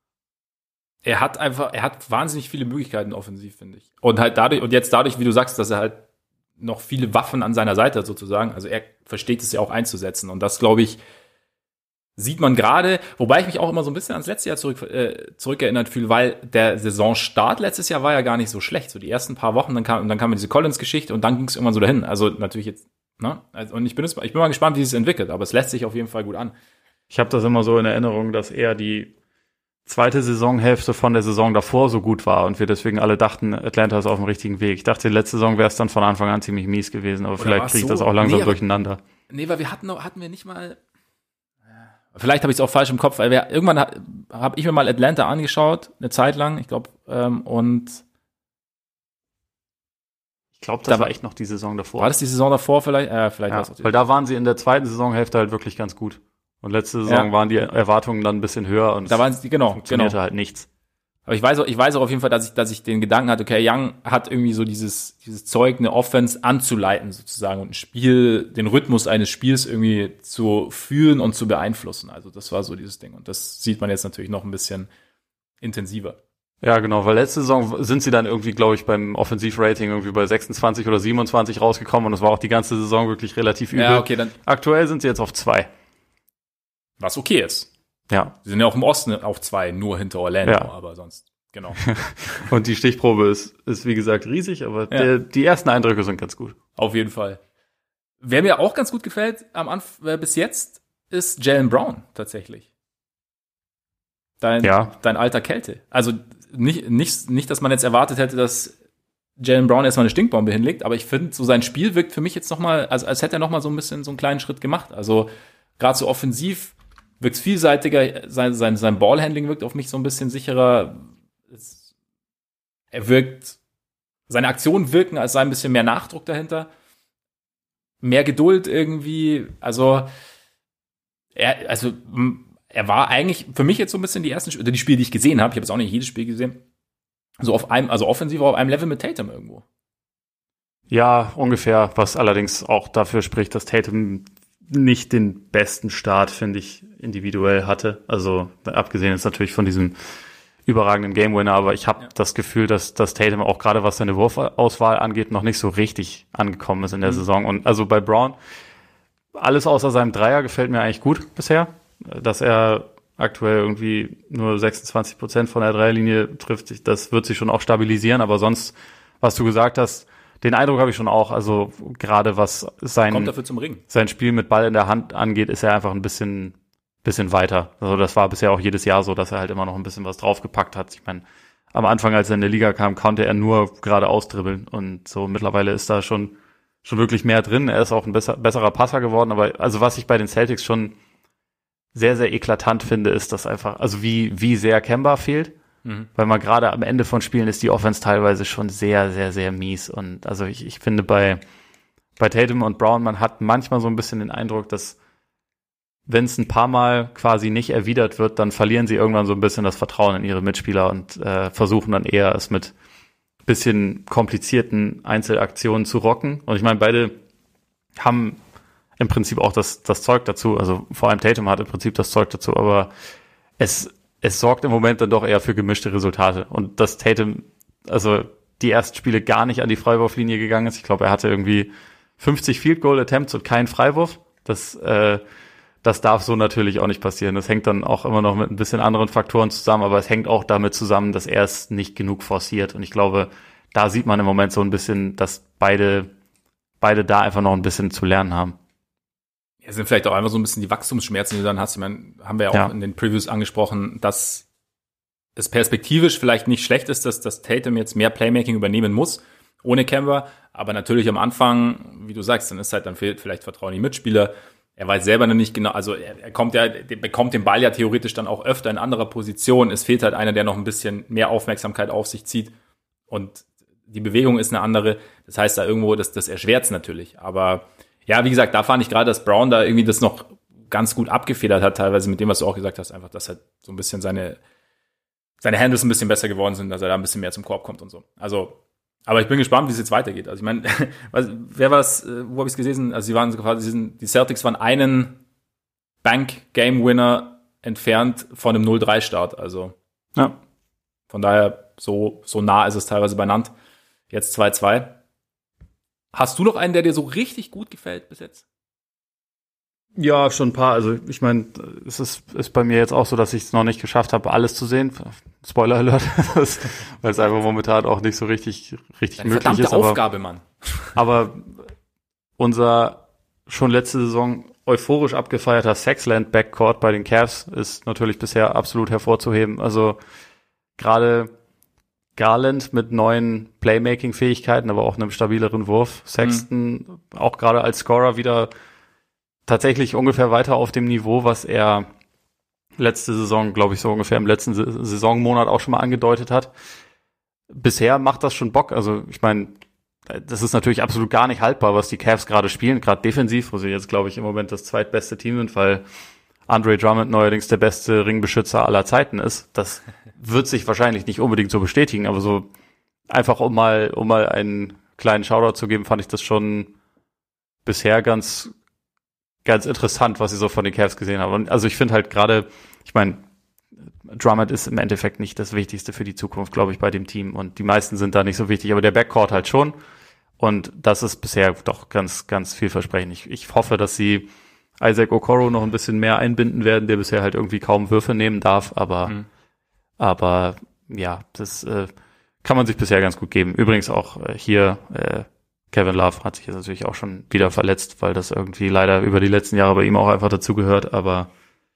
Speaker 1: Er hat wahnsinnig viele Möglichkeiten offensiv, finde ich. Und halt dadurch, wie du sagst, dass er halt noch viele Waffen an seiner Seite hat sozusagen. Also er versteht es ja auch einzusetzen. Und das, glaube ich, sieht man gerade, wobei ich mich auch immer so ein bisschen ans letzte Jahr zurückerinnert fühle, weil der Saisonstart letztes Jahr war ja gar nicht so schlecht. So die ersten paar Wochen, dann kam diese Collins-Geschichte und dann ging es irgendwann so dahin. Also natürlich jetzt, ne? Also, und ich bin mal gespannt, wie es entwickelt, aber es lässt sich auf jeden Fall gut an.
Speaker 2: Ich habe das immer so in Erinnerung, dass eher die zweite Saisonhälfte von der Saison davor so gut war und wir deswegen alle dachten, Atlanta ist auf dem richtigen Weg. Ich dachte, letzte Saison wäre es dann von Anfang an ziemlich mies gewesen, aber vielleicht kriege ich das auch langsam durcheinander.
Speaker 1: Nee, weil wir hatten wir nicht mal, vielleicht habe ich es auch falsch im Kopf, weil irgendwann habe ich mir mal Atlanta angeschaut, eine Zeit lang, ich glaube, und
Speaker 2: ich glaube, das war echt noch die Saison davor.
Speaker 1: War das die Saison davor vielleicht? Vielleicht war es auch
Speaker 2: weil da waren sie in der zweiten Saisonhälfte halt wirklich ganz gut. Und letzte Saison waren die Erwartungen dann ein bisschen höher und
Speaker 1: da waren sie,
Speaker 2: funktionierte halt nichts.
Speaker 1: Aber ich weiß auch auf jeden Fall, dass ich den Gedanken hatte, okay, Young hat irgendwie so dieses Zeug, eine Offense anzuleiten sozusagen und ein Spiel, den Rhythmus eines Spiels irgendwie zu fühlen und zu beeinflussen. Also das war so dieses Ding. Und das sieht man jetzt natürlich noch ein bisschen intensiver.
Speaker 2: Ja, genau, weil letzte Saison sind sie dann irgendwie, glaube ich, beim Offensivrating irgendwie bei 26 oder 27 rausgekommen und das war auch die ganze Saison wirklich relativ übel.
Speaker 1: Ja, okay, dann
Speaker 2: aktuell sind sie jetzt auf 2.
Speaker 1: Was okay ist.
Speaker 2: Ja.
Speaker 1: Sie sind ja auch im Osten auf 2, nur hinter Orlando, aber sonst, genau.
Speaker 2: Und die Stichprobe ist wie gesagt riesig, aber die ersten Eindrücke sind ganz gut.
Speaker 1: Auf jeden Fall. Wer mir auch ganz gut gefällt bis jetzt, ist Jaylen Brown tatsächlich. Dein alter Kälte. Also nicht, dass man jetzt erwartet hätte, dass Jaylen Brown erstmal eine Stinkbombe hinlegt, aber ich finde, so sein Spiel wirkt für mich jetzt nochmal, als hätte er nochmal so ein bisschen so einen kleinen Schritt gemacht. Also gerade so offensiv wirkt es vielseitiger, sein Ballhandling wirkt auf mich so ein bisschen sicherer. Seine Aktionen wirken, als sei ein bisschen mehr Nachdruck dahinter. Mehr Geduld irgendwie. Also er war eigentlich für mich jetzt so ein bisschen die Spiele, die ich gesehen habe. Ich habe jetzt auch nicht jedes Spiel gesehen. So offensiv auf einem Level mit Tatum irgendwo.
Speaker 2: Ja, ungefähr. Was allerdings auch dafür spricht, dass Tatum nicht den besten Start, finde ich, individuell hatte. Also abgesehen jetzt natürlich von diesem überragenden Game-Winner, aber ich habe das Gefühl, dass Tatum auch gerade was seine Wurfauswahl angeht, noch nicht so richtig angekommen ist in der Saison. Und also bei Brown, alles außer seinem Dreier gefällt mir eigentlich gut bisher. Dass er aktuell irgendwie nur 26% von der Dreierlinie trifft. Das wird sich schon auch stabilisieren, aber sonst, was du gesagt hast, den Eindruck habe ich schon auch. Also gerade was
Speaker 1: Kommt dafür zum Ring.
Speaker 2: sein Spiel mit Ball in der Hand angeht, ist er einfach ein bisschen weiter. Also das war bisher auch jedes Jahr so, dass er halt immer noch ein bisschen was draufgepackt hat. Ich meine, am Anfang, als er in der Liga kam, konnte er nur geradeaus dribbeln und so mittlerweile ist da schon wirklich mehr drin. Er ist auch ein besserer Passer geworden, aber also was ich bei den Celtics schon sehr, sehr eklatant finde, ist, dass einfach, also wie sehr Kemba fehlt, weil man gerade am Ende von Spielen ist die Offense teilweise schon sehr, sehr, sehr mies und also ich finde bei Tatum und Brown, man hat manchmal so ein bisschen den Eindruck, dass wenn es ein paar Mal quasi nicht erwidert wird, dann verlieren sie irgendwann so ein bisschen das Vertrauen in ihre Mitspieler und versuchen dann eher es mit bisschen komplizierten Einzelaktionen zu rocken. Und ich meine, beide haben im Prinzip auch das Zeug dazu. Also vor allem Tatum hat im Prinzip das Zeug dazu, aber es sorgt im Moment dann doch eher für gemischte Resultate. Und dass Tatum, also die ersten Spiele gar nicht an die Freiwurflinie gegangen ist. Ich glaube, er hatte irgendwie 50 Field Goal Attempts und keinen Freiwurf. Das darf so natürlich auch nicht passieren. Das hängt dann auch immer noch mit ein bisschen anderen Faktoren zusammen, aber es hängt auch damit zusammen, dass er es nicht genug forciert. Und ich glaube, da sieht man im Moment so ein bisschen, dass beide da einfach noch ein bisschen zu lernen haben.
Speaker 1: Ja, sind vielleicht auch einfach so ein bisschen die Wachstumsschmerzen, die du dann hast. Ich meine, haben wir ja auch in den Previews angesprochen, dass es perspektivisch vielleicht nicht schlecht ist, dass Tatum jetzt mehr Playmaking übernehmen muss, ohne Kemba. Aber natürlich am Anfang, wie du sagst, dann fehlt vielleicht Vertrauen in die Mitspieler. Er weiß selber noch nicht genau, also er bekommt den Ball ja theoretisch dann auch öfter in anderer Position. Es fehlt halt einer, der noch ein bisschen mehr Aufmerksamkeit auf sich zieht. Und die Bewegung ist eine andere. Das heißt da irgendwo, das erschwert es natürlich. Aber ja, wie gesagt, da fand ich gerade, dass Brown da irgendwie das noch ganz gut abgefedert hat, teilweise mit dem, was du auch gesagt hast, einfach, dass halt so ein bisschen seine Handles ein bisschen besser geworden sind, dass er da ein bisschen mehr zum Korb kommt und so. Also, aber ich bin gespannt, wie es jetzt weitergeht. Also ich meine, wer war es, wo habe ich es gelesen? Also die Celtics waren einen Bank-Game-Winner entfernt von einem 0-3-Start. Also ja, von daher so nah ist es teilweise benannt. Jetzt 2-2. Hast du noch einen, der dir so richtig gut gefällt bis jetzt?
Speaker 2: Ja, schon ein paar. Also ich meine, es ist bei mir jetzt auch so, dass ich es noch nicht geschafft habe, alles zu sehen. Spoiler Alert, weil es einfach momentan auch nicht so richtig möglich ist.
Speaker 1: Aufgabe, Mann.
Speaker 2: Aber unser schon letzte Saison euphorisch abgefeierter Sexland Backcourt bei den Cavs ist natürlich bisher absolut hervorzuheben. Also gerade Garland mit neuen Playmaking-Fähigkeiten, aber auch einem stabileren Wurf. Sexton auch gerade als Scorer wieder tatsächlich ungefähr weiter auf dem Niveau, was er letzte Saison, glaube ich, so ungefähr im letzten Saisonmonat auch schon mal angedeutet hat. Bisher macht das schon Bock. Also ich meine, das ist natürlich absolut gar nicht haltbar, was die Cavs gerade spielen, gerade defensiv, wo sie jetzt, glaube ich, im Moment das zweitbeste Team sind, weil Andre Drummond neuerdings der beste Ringbeschützer aller Zeiten ist. Das wird sich wahrscheinlich nicht unbedingt so bestätigen, aber so einfach, um mal einen kleinen Shoutout zu geben, fand ich das schon bisher ganz interessant, was ich so von den Cavs gesehen habe. Und also ich finde halt gerade, ich meine, Drummond ist im Endeffekt nicht das Wichtigste für die Zukunft, glaube ich, bei dem Team. Und die meisten sind da nicht so wichtig, aber der Backcourt halt schon. Und das ist bisher doch ganz, ganz vielversprechend. Ich hoffe, dass sie Isaac Okoro noch ein bisschen mehr einbinden werden, der bisher halt irgendwie kaum Würfe nehmen darf. Aber ja, das kann man sich bisher ganz gut geben. Übrigens auch hier Kevin Love hat sich jetzt natürlich auch schon wieder verletzt, weil das irgendwie leider über die letzten Jahre bei ihm auch einfach dazugehört, aber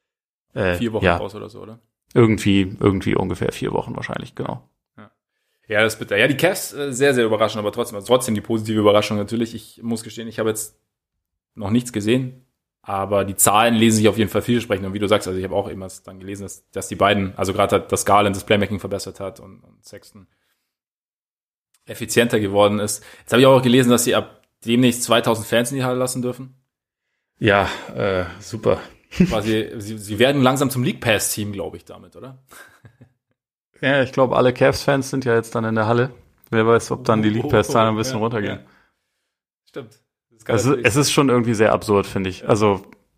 Speaker 1: 4 Wochen raus oder so, oder?
Speaker 2: Irgendwie ungefähr 4 Wochen wahrscheinlich, genau.
Speaker 1: Ja, das ist bitter. Ja, die Cavs sehr, sehr überraschend, aber trotzdem die positive Überraschung natürlich. Ich muss gestehen, ich habe jetzt noch nichts gesehen, aber die Zahlen lesen sich auf jeden Fall vielversprechend. Und wie du sagst, also ich habe auch eben dann gelesen, dass die beiden, also gerade dass Garland das Playmaking verbessert hat und Sexton effizienter geworden ist. Jetzt habe ich auch gelesen, dass sie ab demnächst 2000 Fans in die Halle lassen dürfen.
Speaker 2: Ja, super.
Speaker 1: Quasi, sie werden langsam zum League Pass Team, glaube ich, damit, oder?
Speaker 2: Ja, ich glaube, alle Cavs-Fans sind ja jetzt dann in der Halle. Wer weiß, ob dann die League Pass-Zahlen ein bisschen runtergehen. Ja.
Speaker 1: Stimmt.
Speaker 2: Es ist schon irgendwie sehr absurd, finde ich. Also,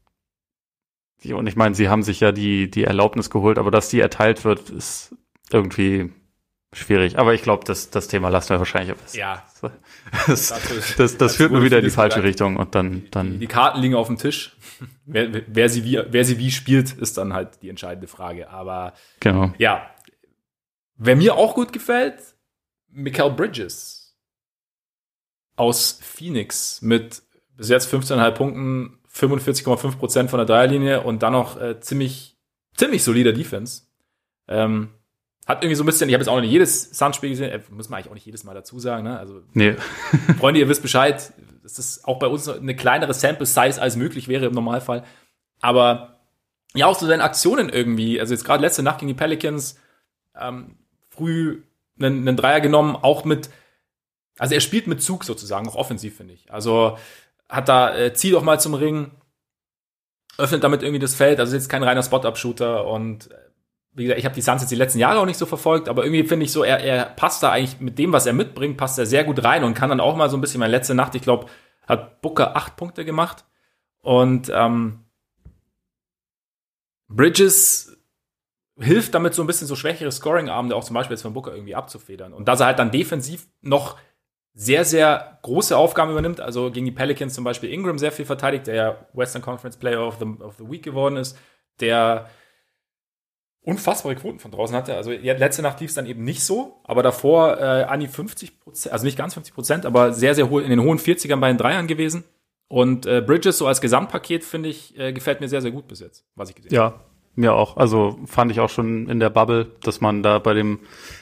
Speaker 2: und ich meine, sie haben sich ja die Erlaubnis geholt, aber dass die erteilt wird, ist irgendwie schwierig. Aber ich glaube, das Thema lassen wir wahrscheinlich ab.
Speaker 1: Ja.
Speaker 2: Das führt nur wieder in die falsche Richtung und dann.
Speaker 1: Die Karten liegen auf dem Tisch. Wer sie wie spielt, ist dann halt die entscheidende Frage. Aber
Speaker 2: genau.
Speaker 1: Ja. Wer mir auch gut gefällt, Mikal Bridges aus Phoenix mit bis jetzt 15,5 Punkten, 45,5% von der Dreierlinie und dann noch ziemlich solider Defense. Hat irgendwie so ein bisschen, ich habe jetzt auch noch nicht jedes Suns-Spiel gesehen, muss man eigentlich auch nicht jedes Mal dazu sagen, ne? Also,
Speaker 2: nee.
Speaker 1: Freunde, ihr wisst Bescheid, es ist auch bei uns eine kleinere Sample-Size als möglich wäre im Normalfall. Aber ja, auch so seine Aktionen irgendwie, also jetzt gerade letzte Nacht gegen die Pelicans, früh einen Dreier genommen, auch also er spielt mit Zug sozusagen, auch offensiv, finde ich. Also hat da, zieht auch mal zum Ring, öffnet damit irgendwie das Feld, also ist jetzt kein reiner Spot-Up-Shooter und wie gesagt, ich habe die Suns jetzt die letzten Jahre auch nicht so verfolgt, aber irgendwie finde ich so, er passt da eigentlich mit dem, was er mitbringt, passt er sehr gut rein und kann dann auch mal so ein bisschen, meine letzte Nacht, ich glaube, hat Booker 8 Punkte gemacht und Bridges hilft damit so ein bisschen so schwächere Scoring-Abende auch zum Beispiel jetzt von Booker irgendwie abzufedern und dass er halt dann defensiv noch sehr, sehr große Aufgaben übernimmt, also gegen die Pelicans zum Beispiel Ingram sehr viel verteidigt, der ja Western Conference Player of the Week geworden ist, der unfassbare Quoten von draußen hatte. Also letzte Nacht lief es dann eben nicht so, aber davor an die 50%, also nicht ganz 50%, aber sehr, sehr in den hohen 40ern bei den Dreiern gewesen. Und Bridges so als Gesamtpaket, finde ich, gefällt mir sehr, sehr gut bis jetzt, was ich gesehen habe.
Speaker 2: Ja, mir auch. Also fand ich auch schon in der Bubble, dass man da bei dem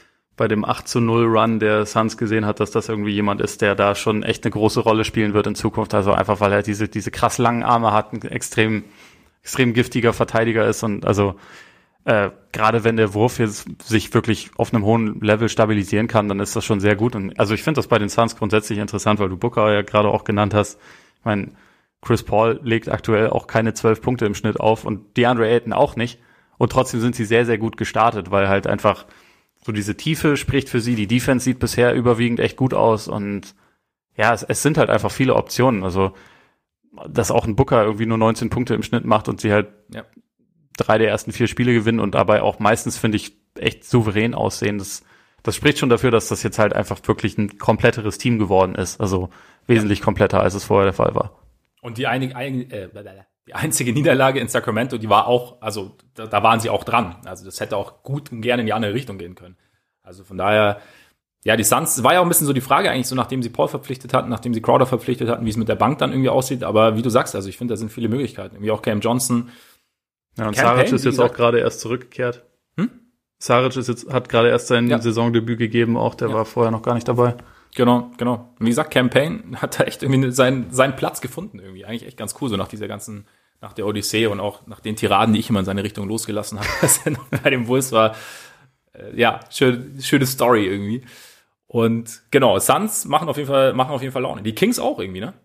Speaker 2: 8-0-Run der Suns gesehen hat, dass das irgendwie jemand ist, der da schon echt eine große Rolle spielen wird in Zukunft. Also einfach, weil er diese krass langen Arme hat, ein extrem giftiger Verteidiger ist und also gerade wenn der Wurf jetzt sich wirklich auf einem hohen Level stabilisieren kann, dann ist das schon sehr gut. Und also ich finde das bei den Suns grundsätzlich interessant, weil du Booker ja gerade auch genannt hast. Ich meine, Chris Paul legt aktuell auch keine 12 Punkte im Schnitt auf und DeAndre Ayton auch nicht. Und trotzdem sind sie sehr, sehr gut gestartet, weil halt einfach so diese Tiefe spricht für sie. Die Defense sieht bisher überwiegend echt gut aus und ja, es sind halt einfach viele Optionen. Also, dass auch ein Booker irgendwie nur 19 Punkte im Schnitt macht und sie halt 3 der ersten 4 Spiele gewinnen und dabei auch meistens, finde ich, echt souverän aussehen. Das spricht schon dafür, dass das jetzt halt einfach wirklich ein kompletteres Team geworden ist. Also wesentlich kompletter, als es vorher der Fall war.
Speaker 1: Und die einzige Niederlage in Sacramento, die war auch, also da waren sie auch dran. Also das hätte auch gut und gerne in die andere Richtung gehen können. Also von daher, ja, die Suns, war ja auch ein bisschen so die Frage eigentlich so, nachdem sie Paul verpflichtet hatten, nachdem sie Crowder verpflichtet hatten, wie es mit der Bank dann irgendwie aussieht. Aber wie du sagst, also ich finde, da sind viele Möglichkeiten. Irgendwie auch Cam Johnson.
Speaker 2: Ja, und Saric ist jetzt auch gerade erst zurückgekehrt. Saric hat gerade erst sein Saisondebüt gegeben, auch der war vorher noch gar nicht dabei.
Speaker 1: Genau. Und wie gesagt, Cam Payne hat da echt irgendwie seinen Platz gefunden irgendwie. Eigentlich echt ganz cool, so nach der Odyssee und auch nach den Tiraden, die ich immer in seine Richtung losgelassen habe, dass er noch bei dem Bulls war. Schöne Story irgendwie. Und genau, Suns machen auf jeden Fall Laune. Die Kings auch irgendwie, ne?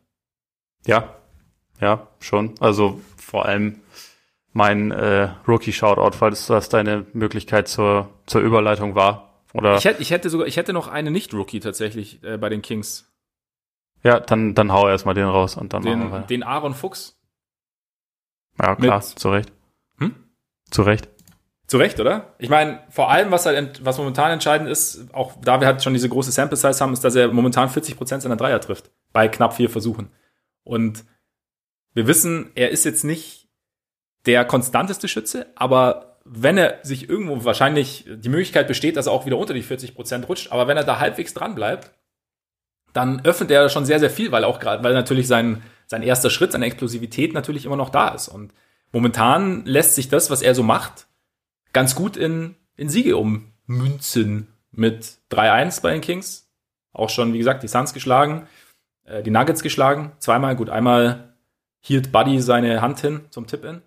Speaker 2: Ja, schon. Also vor allem mein Rookie-Shoutout, falls das deine Möglichkeit zur Überleitung war. Oder
Speaker 1: ich hätte noch eine Nicht-Rookie tatsächlich bei den Kings.
Speaker 2: Ja, dann hau erstmal den raus und dann machen wir weiter.
Speaker 1: Den Aaron Fuchs.
Speaker 2: Ja, klar, zu Recht. Zu Recht.
Speaker 1: Zu Recht, oder? Ich meine, vor allem, was momentan entscheidend ist, auch da wir halt schon diese große Sample-Size haben, ist, dass er momentan 40% seiner Dreier trifft. Bei knapp 4 Versuchen. Und wir wissen, er ist jetzt nicht der konstanteste Schütze, aber wenn er sich irgendwo wahrscheinlich die Möglichkeit besteht, dass er auch wieder unter die 40% rutscht, aber wenn er da halbwegs dran bleibt, dann öffnet er schon sehr, sehr viel, weil natürlich sein erster Schritt, seine Explosivität natürlich immer noch da ist. Und momentan lässt sich das, was er so macht, ganz gut in Siege ummünzen mit 3-1 bei den Kings. Auch schon, wie gesagt, die Suns geschlagen, die Nuggets geschlagen, zweimal, gut, einmal hielt Buddy seine Hand hin zum Tip-In.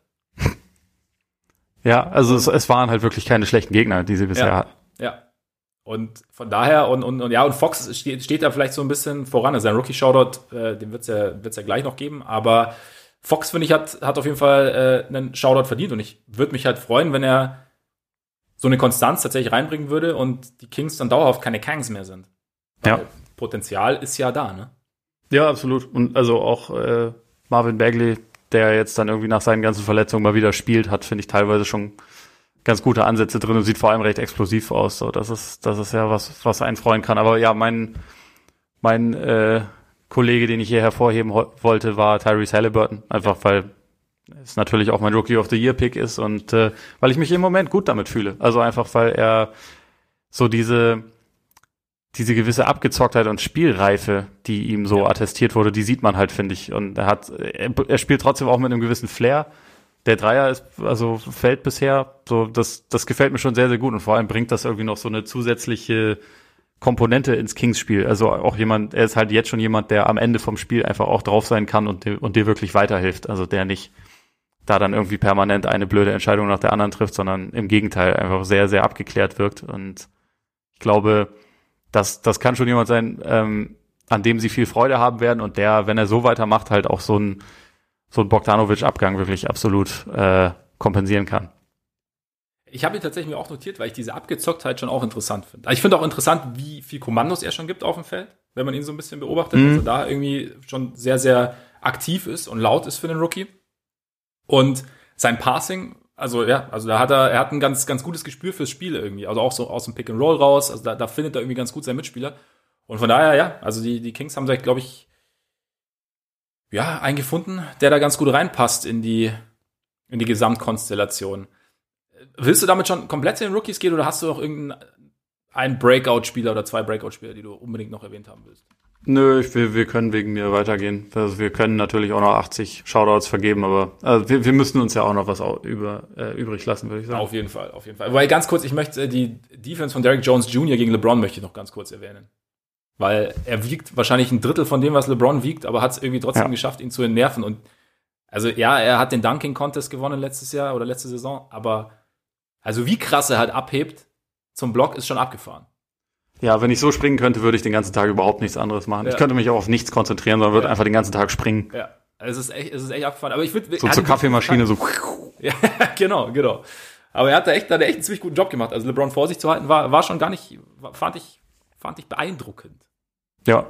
Speaker 2: Ja, also es waren halt wirklich keine schlechten Gegner, die sie bisher hatten. Ja.
Speaker 1: Und von daher, und Fox steht da vielleicht so ein bisschen voran. Also sein Rookie-Shoutout, den wird's ja gleich noch geben, aber Fox, finde ich, hat auf jeden Fall einen Shoutout verdient und ich würde mich halt freuen, wenn er so eine Konstanz tatsächlich reinbringen würde und die Kings dann dauerhaft keine Kangs mehr sind. Weil Potenzial ist ja da, ne?
Speaker 2: Ja, absolut. Und also auch Marvin Bagley, der jetzt dann irgendwie nach seinen ganzen Verletzungen mal wieder spielt, hat, finde ich, teilweise schon ganz gute Ansätze drin und sieht vor allem recht explosiv aus. So, das ist ja was einen freuen kann. Aber ja, mein Kollege, den ich hier hervorheben wollte, war Tyrese Halliburton. Einfach weil es natürlich auch mein Rookie of the Year Pick ist und weil ich mich im Moment gut damit fühle. Also einfach, weil er so diese gewisse Abgezocktheit und Spielreife, die ihm so attestiert wurde, die sieht man halt, finde ich. Und er spielt trotzdem auch mit einem gewissen Flair. Der Dreier fällt bisher, so, das gefällt mir schon sehr, sehr gut. Und vor allem bringt das irgendwie noch so eine zusätzliche Komponente ins Kings-Spiel. Also auch er ist halt jetzt schon jemand, der am Ende vom Spiel einfach auch drauf sein kann und dir wirklich weiterhilft. Also der nicht da dann irgendwie permanent eine blöde Entscheidung nach der anderen trifft, sondern im Gegenteil einfach sehr, sehr abgeklärt wirkt. Und ich glaube, das kann schon jemand sein, an dem sie viel Freude haben werden und der, wenn er so weitermacht, halt auch so ein Bogdanovic-Abgang wirklich absolut kompensieren kann.
Speaker 1: Ich habe ihn tatsächlich mir auch notiert, weil ich diese Abgezocktheit schon auch interessant finde. Also ich finde auch interessant, wie viel Kommandos er schon gibt auf dem Feld, wenn man ihn so ein bisschen beobachtet, dass er da irgendwie schon sehr, sehr aktiv ist und laut ist für den Rookie. Und sein Passing, er hat ein ganz, ganz gutes Gespür fürs Spiel irgendwie. Also auch so aus dem Pick and Roll raus. Also da findet er irgendwie ganz gut seinen Mitspieler. Und von daher, ja, also die Kings haben sich, glaube ich, einen gefunden, der da ganz gut reinpasst in die Gesamtkonstellation. Willst du damit schon komplett zu den Rookies gehen oder hast du noch einen Breakout-Spieler oder 2 Breakout-Spieler, die du unbedingt noch erwähnt haben willst?
Speaker 2: Nö, wir können wegen mir weitergehen. Also wir können natürlich auch noch 80 Shoutouts vergeben, aber wir müssen uns ja auch noch was übrig lassen, würde ich sagen.
Speaker 1: Auf jeden Fall. Weil ganz kurz, ich möchte die Defense von Derrick Jones Jr. gegen LeBron möchte ich noch ganz kurz erwähnen. Weil er wiegt wahrscheinlich ein Drittel von dem, was LeBron wiegt, aber hat es irgendwie trotzdem geschafft, ihn zu entnerven. Und also ja, er hat den Dunking Contest gewonnen letztes Jahr oder letzte Saison, aber also wie krass er halt abhebt zum Block ist schon abgefahren.
Speaker 2: Ja, wenn ich so springen könnte, würde ich den ganzen Tag überhaupt nichts anderes machen. Ja. Ich könnte mich auch auf nichts konzentrieren, sondern würde einfach den ganzen Tag springen.
Speaker 1: Ja, es ist echt abgefahren. Aber ich würde
Speaker 2: so zur Kaffeemaschine so.
Speaker 1: Ja, genau. Aber er hat da echt einen ziemlich guten Job gemacht. Also LeBron vor sich zu halten, war schon gar nicht, fand ich beeindruckend.
Speaker 2: Ja.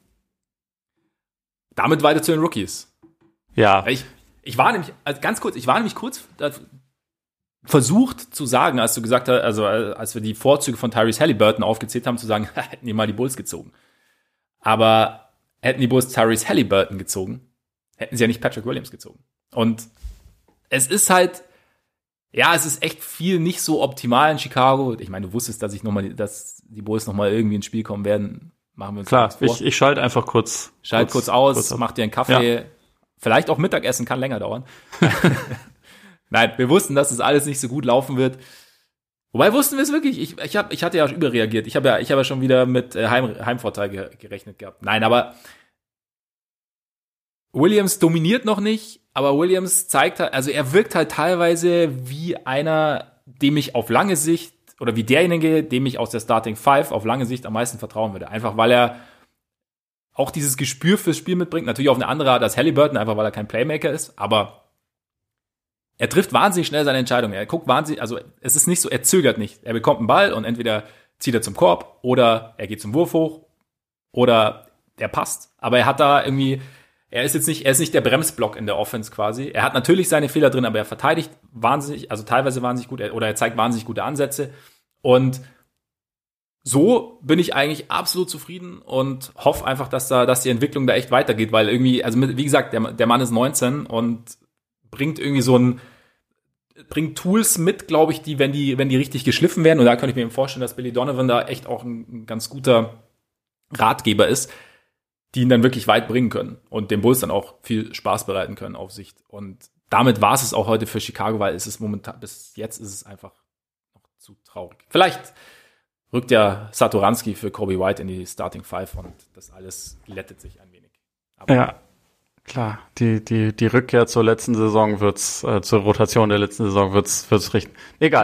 Speaker 1: Damit weiter zu den Rookies.
Speaker 2: Ja.
Speaker 1: Ich war nämlich kurz versucht zu sagen, als du gesagt hast, also als wir die Vorzüge von Tyrese Halliburton aufgezählt haben, zu sagen, hätten die mal die Bulls gezogen. Aber hätten die Bulls Tyrese Halliburton gezogen, hätten sie ja nicht Patrick Williams gezogen. Und es ist halt, es ist echt viel nicht so optimal in Chicago. Ich meine, du wusstest, dass die Bulls nochmal irgendwie ins Spiel kommen werden. Machen wir uns
Speaker 2: klar, ich schalte einfach kurz.
Speaker 1: Kurz aus, mach dir einen Kaffee. Ja. Vielleicht auch Mittagessen, kann länger dauern. Nein, wir wussten, dass das alles nicht so gut laufen wird. Wobei wussten wir es wirklich. Ich hatte ja überreagiert. Ich habe ja schon wieder mit Heimvorteil gerechnet gehabt. Nein, aber Williams dominiert noch nicht, aber Williams zeigt halt, also er wirkt halt teilweise wie einer, dem ich auf lange Sicht, oder wie derjenige, dem ich aus der Starting Five auf lange Sicht am meisten vertrauen würde. Einfach weil er auch dieses Gespür fürs Spiel mitbringt. Natürlich auf eine andere Art als Halliburton, einfach weil er kein Playmaker ist, aber er trifft wahnsinnig schnell seine Entscheidungen. Er guckt wahnsinnig, also es ist nicht so, er zögert nicht. Er bekommt einen Ball und entweder zieht er zum Korb oder er geht zum Wurf hoch oder er passt. Aber er hat da irgendwie, er ist nicht der Bremsblock in der Offense quasi. Er hat natürlich seine Fehler drin, aber er verteidigt wahnsinnig, also teilweise wahnsinnig gut, oder er zeigt wahnsinnig gute Ansätze. Und so bin ich eigentlich absolut zufrieden und hoffe einfach, dass die Entwicklung da echt weitergeht, weil irgendwie, also wie gesagt, der Mann ist 19 und bringt irgendwie bringt Tools mit, glaube ich, die, wenn die richtig geschliffen werden, und da könnte ich mir eben vorstellen, dass Billy Donovan da echt auch ein ganz guter Ratgeber ist, die ihn dann wirklich weit bringen können und den Bulls dann auch viel Spaß bereiten können auf Sicht. Und damit war es auch heute für Chicago, weil es ist momentan, bis jetzt ist es einfach noch zu traurig. Vielleicht rückt ja Satoransky für Kobe White in die Starting Five und das alles glättet sich ein wenig. Aber
Speaker 2: ja. Klar, die Rückkehr zur letzten Saison zur Rotation der letzten Saison wird's richten. Egal,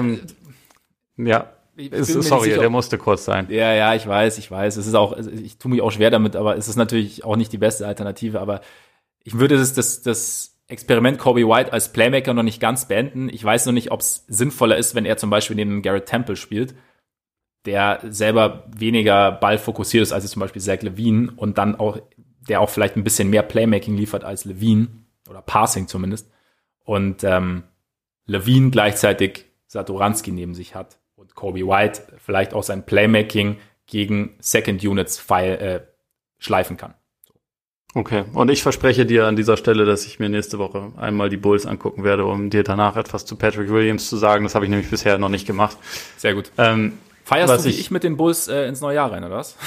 Speaker 2: sorry, der musste kurz sein.
Speaker 1: Ja, ich weiß. Es ist auch, ich tue mich auch schwer damit, aber es ist natürlich auch nicht die beste Alternative, aber ich würde das Experiment Kobe White als Playmaker noch nicht ganz beenden. Ich weiß noch nicht, ob es sinnvoller ist, wenn er zum Beispiel neben Garrett Temple spielt, der selber weniger ballfokussiert ist als zum Beispiel Zach LaVine und dann auch der auch vielleicht ein bisschen mehr Playmaking liefert als LaVine, oder Passing zumindest. Und LaVine gleichzeitig Satoranski neben sich hat und Kobe White vielleicht auch sein Playmaking gegen Second Units schleifen kann.
Speaker 2: Okay, und ich verspreche dir an dieser Stelle, dass ich mir nächste Woche einmal die Bulls angucken werde, um dir danach etwas zu Patrick Williams zu sagen. Das habe ich nämlich bisher noch nicht gemacht.
Speaker 1: Sehr gut. Feierst du wie ich mit den Bulls ins neue Jahr rein, oder was?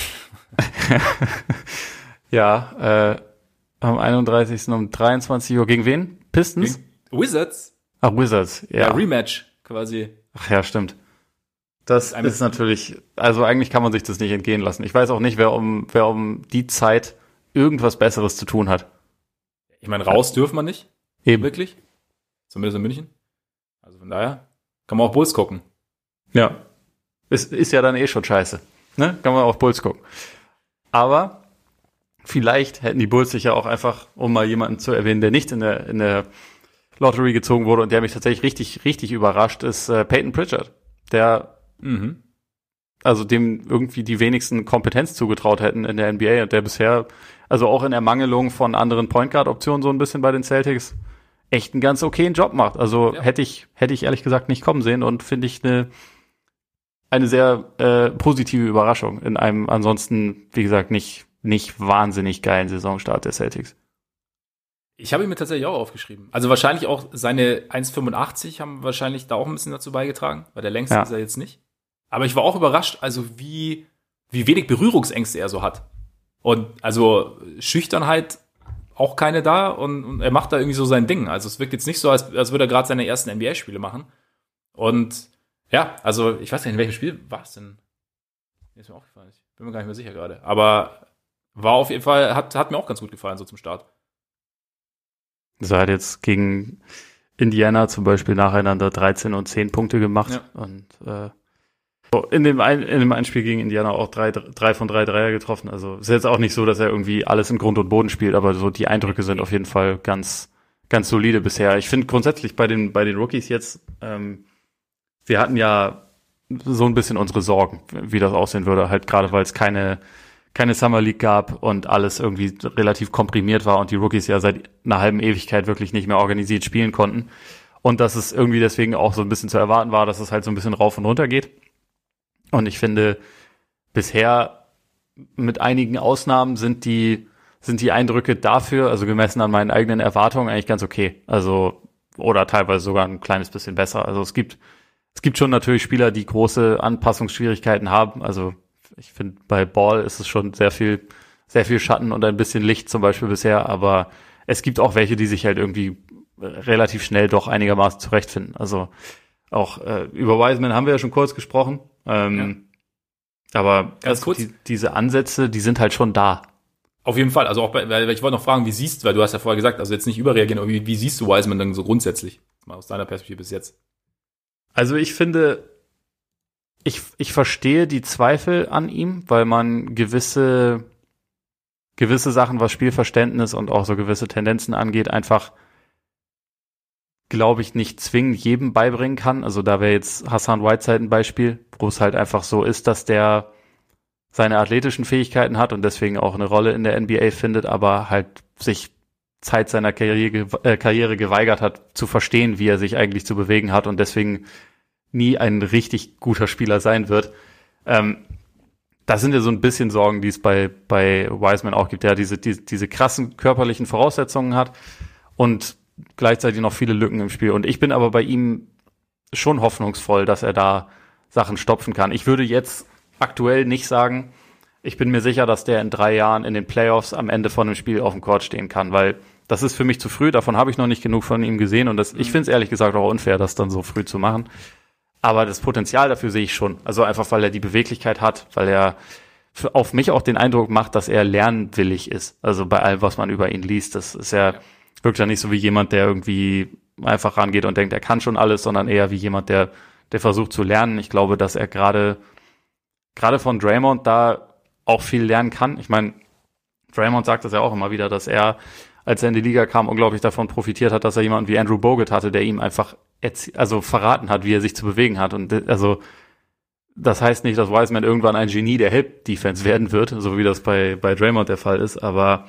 Speaker 2: Ja, am 31. um 23 Uhr. Gegen wen? Pistons?
Speaker 1: Wizards.
Speaker 2: Ach, Wizards, ja.
Speaker 1: Rematch quasi.
Speaker 2: Ach ja, stimmt. Das ist natürlich, also eigentlich kann man sich das nicht entgehen lassen. Ich weiß auch nicht, wer um die Zeit irgendwas Besseres zu tun hat.
Speaker 1: Ich meine, raus dürfen wir nicht.
Speaker 2: Eben.
Speaker 1: Wirklich. Zumindest in München. Also von daher kann man auch Bulls gucken.
Speaker 2: Ja. Ist ja dann eh schon scheiße. Ne? Kann man auch Bulls gucken. Aber vielleicht hätten die Bulls sich ja auch einfach, um mal jemanden zu erwähnen, der nicht in der Lottery gezogen wurde und der mich tatsächlich richtig, richtig überrascht, ist Peyton Pritchard. Der also dem irgendwie die wenigsten Kompetenz zugetraut hätten in der NBA und der bisher, also auch in Ermangelung von anderen Point Guard Optionen so ein bisschen bei den Celtics, echt einen ganz okayen Job macht. Also hätte ich ehrlich gesagt nicht kommen sehen und finde ich eine sehr positive Überraschung in einem ansonsten, wie gesagt, nicht wahnsinnig geilen Saisonstart der Celtics.
Speaker 1: Ich habe ihn mir tatsächlich auch aufgeschrieben. Also wahrscheinlich auch seine 1,85 haben wahrscheinlich da auch ein bisschen dazu beigetragen, weil der längste ist er jetzt nicht. Aber ich war auch überrascht, also wie wenig Berührungsängste er so hat. Und also Schüchternheit auch keine da und er macht da irgendwie so sein Ding. Also es wirkt jetzt nicht so, als würde er gerade seine ersten NBA-Spiele machen. Und ja, also ich weiß nicht, in welchem Spiel war es denn? Mir ist mir aufgefallen. Ich bin mir gar nicht mehr sicher gerade. Aber war auf jeden Fall, hat mir auch ganz gut gefallen, so zum Start.
Speaker 2: Also er hat jetzt gegen Indiana zum Beispiel nacheinander 13 und 10 Punkte gemacht. Ja. Und in dem einen Spiel gegen Indiana auch 3 von 3 Dreier getroffen. Also ist jetzt auch nicht so, dass er irgendwie alles in Grund und Boden spielt, aber so die Eindrücke sind auf jeden Fall ganz, ganz solide bisher. Ich finde grundsätzlich bei den Rookies jetzt, wir hatten ja so ein bisschen unsere Sorgen, wie das aussehen würde, halt gerade weil es keine Summer League gab und alles irgendwie relativ komprimiert war und die Rookies ja seit einer halben Ewigkeit wirklich nicht mehr organisiert spielen konnten. Und dass es irgendwie deswegen auch so ein bisschen zu erwarten war, dass es halt so ein bisschen rauf und runter geht. Und ich finde, bisher mit einigen Ausnahmen sind die Eindrücke dafür, also gemessen an meinen eigenen Erwartungen, eigentlich ganz okay. Also, oder teilweise sogar ein kleines bisschen besser. Also es gibt schon natürlich Spieler, die große Anpassungsschwierigkeiten haben. Also ich finde, bei Ball ist es schon sehr viel Schatten und ein bisschen Licht zum Beispiel bisher, aber es gibt auch welche, die sich halt irgendwie relativ schnell doch einigermaßen zurechtfinden. Also auch über Wiseman haben wir ja schon kurz gesprochen. Aber
Speaker 1: ganz kurz,
Speaker 2: diese Ansätze, die sind halt schon da.
Speaker 1: Auf jeden Fall. Also auch weil ich wollte noch fragen, weil du hast ja vorher gesagt, also jetzt nicht überreagieren, aber wie siehst du Wiseman dann so grundsätzlich? Mal aus deiner Perspektive bis jetzt.
Speaker 2: Also ich finde, ich verstehe die Zweifel an ihm, weil man gewisse Sachen, was Spielverständnis und auch so gewisse Tendenzen angeht, einfach, glaube ich, nicht zwingend jedem beibringen kann. Also da wäre jetzt Hassan Whiteside ein Beispiel, wo es halt einfach so ist, dass der seine athletischen Fähigkeiten hat und deswegen auch eine Rolle in der NBA findet, aber halt sich Zeit seiner Karriere geweigert hat, zu verstehen, wie er sich eigentlich zu bewegen hat und deswegen nie ein richtig guter Spieler sein wird. Das sind ja so ein bisschen Sorgen, die es bei Wiseman auch gibt, der diese krassen körperlichen Voraussetzungen hat und gleichzeitig noch viele Lücken im Spiel. Und ich bin aber bei ihm schon hoffnungsvoll, dass er da Sachen stopfen kann. Ich würde jetzt aktuell nicht sagen, ich bin mir sicher, dass der in 3 Jahren in den Playoffs am Ende von einem Spiel auf dem Court stehen kann, weil das ist für mich zu früh. Davon habe ich noch nicht genug von ihm gesehen und ich finde es ehrlich gesagt auch unfair, das dann so früh zu machen. Aber das Potenzial dafür sehe ich schon. Also einfach, weil er die Beweglichkeit hat, weil er auf mich auch den Eindruck macht, dass er lernwillig ist. Also bei allem, was man über ihn liest, das ist ja wirkt ja nicht so wie jemand, der irgendwie einfach rangeht und denkt, er kann schon alles, sondern eher wie jemand, der versucht zu lernen. Ich glaube, dass er gerade von Draymond da auch viel lernen kann. Ich meine, Draymond sagt das ja auch immer wieder, dass er, als er in die Liga kam, unglaublich davon profitiert hat, dass er jemanden wie Andrew Bogut hatte, der ihm einfach verraten hat, wie er sich zu bewegen hat. Und also das heißt nicht, dass Wiseman irgendwann ein Genie der Help-Defense werden wird, so wie das bei Draymond der Fall ist, aber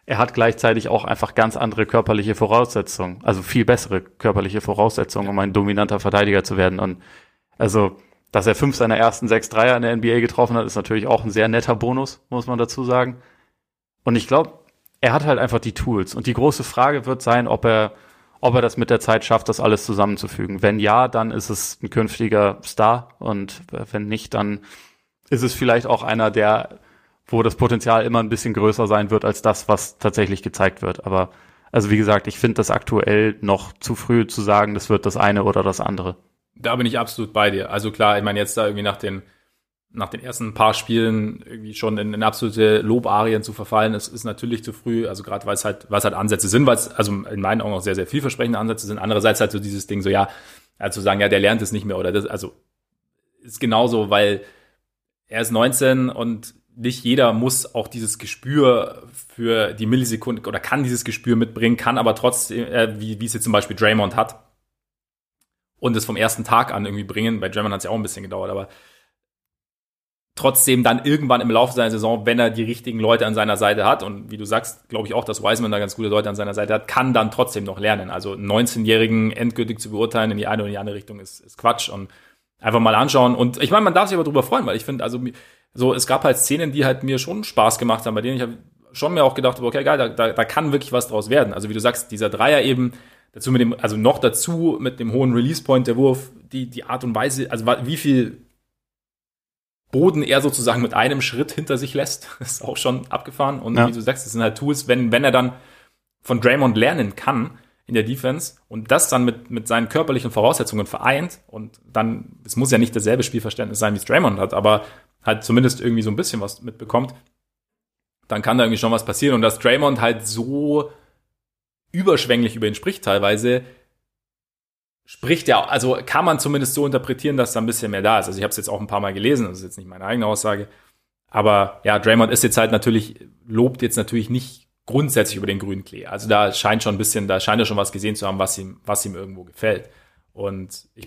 Speaker 2: er hat gleichzeitig auch einfach ganz andere körperliche Voraussetzungen, also viel bessere körperliche Voraussetzungen, um ein dominanter Verteidiger zu werden. Und also, dass er 5 seiner ersten 6 Dreier in der NBA getroffen hat, ist natürlich auch ein sehr netter Bonus, muss man dazu sagen. Und ich glaube, er hat halt einfach die Tools. Und die große Frage wird sein, ob er das mit der Zeit schafft, das alles zusammenzufügen. Wenn ja, dann ist es ein künftiger Star. Und wenn nicht, dann ist es vielleicht auch einer, wo das Potenzial immer ein bisschen größer sein wird als das, was tatsächlich gezeigt wird. Aber also wie gesagt, ich finde das aktuell noch zu früh zu sagen, das wird das eine oder das andere.
Speaker 1: Da bin ich absolut bei dir. Also klar, ich meine, jetzt da irgendwie nach den ersten paar Spielen irgendwie schon in absolute Lobarien zu verfallen, ist natürlich zu früh. Also gerade weil es halt Ansätze sind, weil es also in meinen Augen auch sehr, sehr vielversprechende Ansätze sind. Andererseits halt so dieses Ding so, ja, zu sagen, ja, der lernt es nicht mehr oder das, also ist genauso, weil er ist 19 und nicht jeder muss auch dieses Gespür für die Millisekunden oder kann dieses Gespür mitbringen, kann aber trotzdem, wie es jetzt zum Beispiel Draymond hat und es vom ersten Tag an irgendwie bringen. Bei Draymond hat es ja auch ein bisschen gedauert, aber trotzdem dann irgendwann im Laufe seiner Saison, wenn er die richtigen Leute an seiner Seite hat, und wie du sagst, glaube ich auch, dass Wiseman da ganz gute Leute an seiner Seite hat, kann dann trotzdem noch lernen. Also einen 19-Jährigen endgültig zu beurteilen in die eine oder die andere Richtung ist Quatsch, und einfach mal anschauen. Und ich meine, man darf sich aber drüber freuen, weil ich finde, also so, es gab halt Szenen, die halt mir schon Spaß gemacht haben, bei denen ich schon mir auch gedacht habe, okay, geil, da kann wirklich was draus werden. Also wie du sagst, dieser Dreier eben, dazu mit dem hohen Release-Point, der Wurf, die Art und Weise, also wie viel Boden er sozusagen mit einem Schritt hinter sich lässt, ist auch schon abgefahren. Und wie du sagst, das sind halt Tools, wenn er dann von Draymond lernen kann in der Defense und das dann mit seinen körperlichen Voraussetzungen vereint, und dann, es muss ja nicht dasselbe Spielverständnis sein, wie es Draymond hat, aber halt zumindest irgendwie so ein bisschen was mitbekommt, dann kann da irgendwie schon was passieren. Und dass Draymond halt so überschwänglich über ihn spricht teilweise, spricht ja, also kann man zumindest so interpretieren, dass da ein bisschen mehr da ist. Also ich habe es jetzt auch ein paar Mal gelesen, das ist jetzt nicht meine eigene Aussage, aber ja, Draymond ist jetzt halt lobt jetzt natürlich nicht grundsätzlich über den grünen Klee. Also da scheint er schon was gesehen zu haben, was ihm irgendwo gefällt. Und ich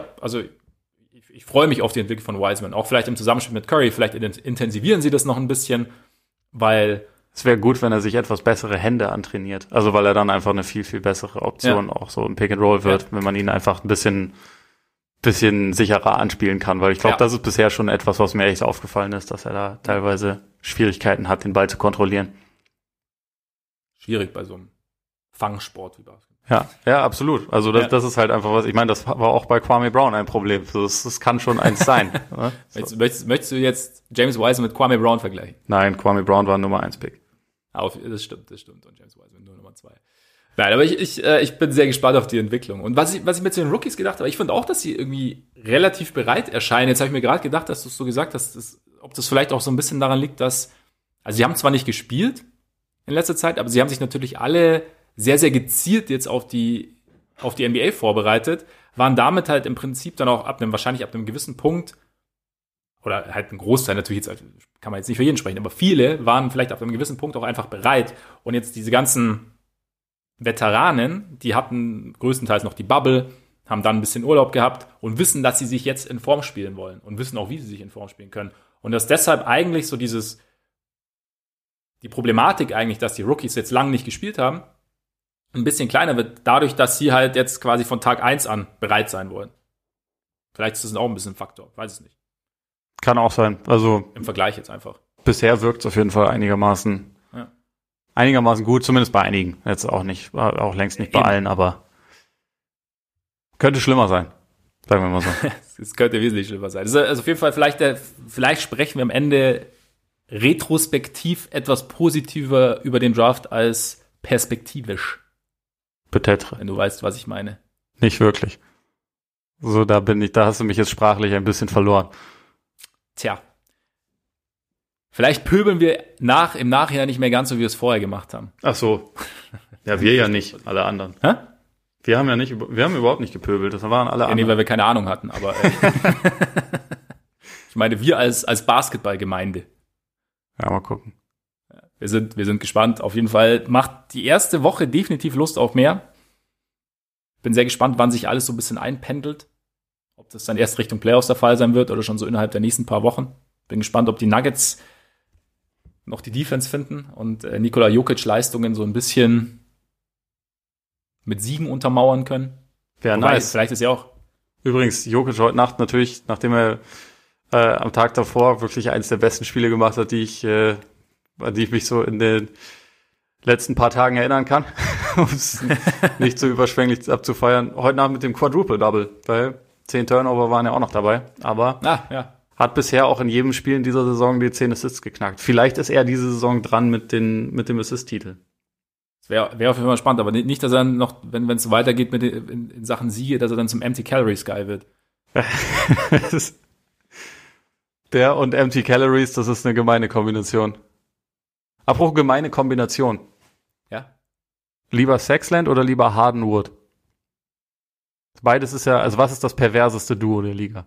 Speaker 1: freue mich auf die Entwicklung von Wiseman, auch vielleicht im Zusammenspiel mit Curry, vielleicht intensivieren sie das noch ein bisschen, weil
Speaker 2: es wäre gut, wenn er sich etwas bessere Hände antrainiert. Also weil er dann einfach eine viel, viel bessere Option auch so im Pick and Roll wird, wenn man ihn einfach ein bisschen sicherer anspielen kann. Weil ich glaube, das ist bisher schon etwas, was mir echt aufgefallen ist, dass er da teilweise Schwierigkeiten hat, den Ball zu kontrollieren.
Speaker 1: Schwierig bei so einem Fangsport wie Basketball.
Speaker 2: Ja, absolut. Also das ist halt einfach was, ich meine, das war auch bei Kwame Brown ein Problem. Das kann schon eins sein. Ne? So.
Speaker 1: Möchtest du jetzt James Wiseman mit Kwame Brown vergleichen?
Speaker 2: Nein, Kwame Brown war Nummer 1 Pick.
Speaker 1: Das stimmt. Und James Wiseman nur Nummer 2. Nein, aber ich bin sehr gespannt auf die Entwicklung. Und was ich mir zu den Rookies gedacht habe, ich finde auch, dass sie irgendwie relativ bereit erscheinen. Jetzt habe ich mir gerade gedacht, dass du es so gesagt hast, ob das vielleicht auch so ein bisschen daran liegt, dass, also sie haben zwar nicht gespielt in letzter Zeit, aber sie haben sich natürlich alle sehr, sehr gezielt jetzt auf die NBA vorbereitet, waren damit halt im Prinzip dann auch wahrscheinlich ab einem gewissen Punkt, oder halt ein Großteil natürlich, jetzt kann man jetzt nicht für jeden sprechen, aber viele waren vielleicht ab einem gewissen Punkt auch einfach bereit. Und jetzt diese ganzen Veteranen, die hatten größtenteils noch die Bubble, haben dann ein bisschen Urlaub gehabt und wissen, dass sie sich jetzt in Form spielen wollen und wissen auch, wie sie sich in Form spielen können. Und dass deshalb eigentlich so die Problematik eigentlich, dass die Rookies jetzt lange nicht gespielt haben, ein bisschen kleiner wird, dadurch, dass sie halt jetzt quasi von Tag 1 an bereit sein wollen. Vielleicht ist das auch ein bisschen ein Faktor, weiß es nicht.
Speaker 2: Kann auch sein. Also
Speaker 1: im Vergleich jetzt einfach.
Speaker 2: Bisher wirkt es auf jeden Fall einigermaßen gut, zumindest bei einigen. Jetzt auch längst nicht bei allen, aber könnte schlimmer sein, sagen wir mal so.
Speaker 1: Es könnte wesentlich schlimmer sein. Also auf jeden Fall, vielleicht sprechen wir am Ende retrospektiv etwas positiver über den Draft als perspektivisch.
Speaker 2: Peut-être.
Speaker 1: Wenn du weißt, was ich meine.
Speaker 2: Nicht wirklich. So, da hast du mich jetzt sprachlich ein bisschen verloren.
Speaker 1: Tja. Vielleicht pöbeln wir im Nachhinein nicht mehr ganz so, wie wir es vorher gemacht haben.
Speaker 2: Ach so. Ja, wir ja nicht, alle anderen.
Speaker 1: Hä?
Speaker 2: Wir haben überhaupt nicht gepöbelt, das waren alle anderen.
Speaker 1: Nee, weil wir keine Ahnung hatten, aber ich meine, wir als Basketballgemeinde.
Speaker 2: Ja, mal gucken.
Speaker 1: Wir sind gespannt. Auf jeden Fall macht die erste Woche definitiv Lust auf mehr. Bin sehr gespannt, wann sich alles so ein bisschen einpendelt. Ob das dann erst Richtung Playoffs der Fall sein wird oder schon so innerhalb der nächsten paar Wochen. Bin gespannt, ob die Nuggets noch die Defense finden und Nikola Jokic Leistungen so ein bisschen mit Siegen untermauern können.
Speaker 2: Wäre nice.
Speaker 1: Vielleicht ist ja auch.
Speaker 2: Übrigens, Jokic heute Nacht natürlich, nachdem er am Tag davor wirklich eines der besten Spiele gemacht hat, an die ich mich so in den letzten paar Tagen erinnern kann, um es nicht so überschwänglich abzufeiern. Heute Nacht mit dem Quadruple-Double, weil 10 Turnover waren ja auch noch dabei, aber hat bisher auch in jedem Spiel in dieser Saison die 10 Assists geknackt. Vielleicht ist er diese Saison dran mit dem Assist-Titel.
Speaker 1: Wäre auf jeden Fall spannend, aber nicht, dass er dann noch, wenn es so weitergeht in Sachen Siege, dass er dann zum Empty Calories Guy wird.
Speaker 2: Der und Empty Calories, das ist eine gemeine Kombination. Apropos gemeine Kombination.
Speaker 1: Ja?
Speaker 2: Lieber Sexland oder lieber Hardenwood? Beides ist ja, also was ist das perverseste Duo der Liga?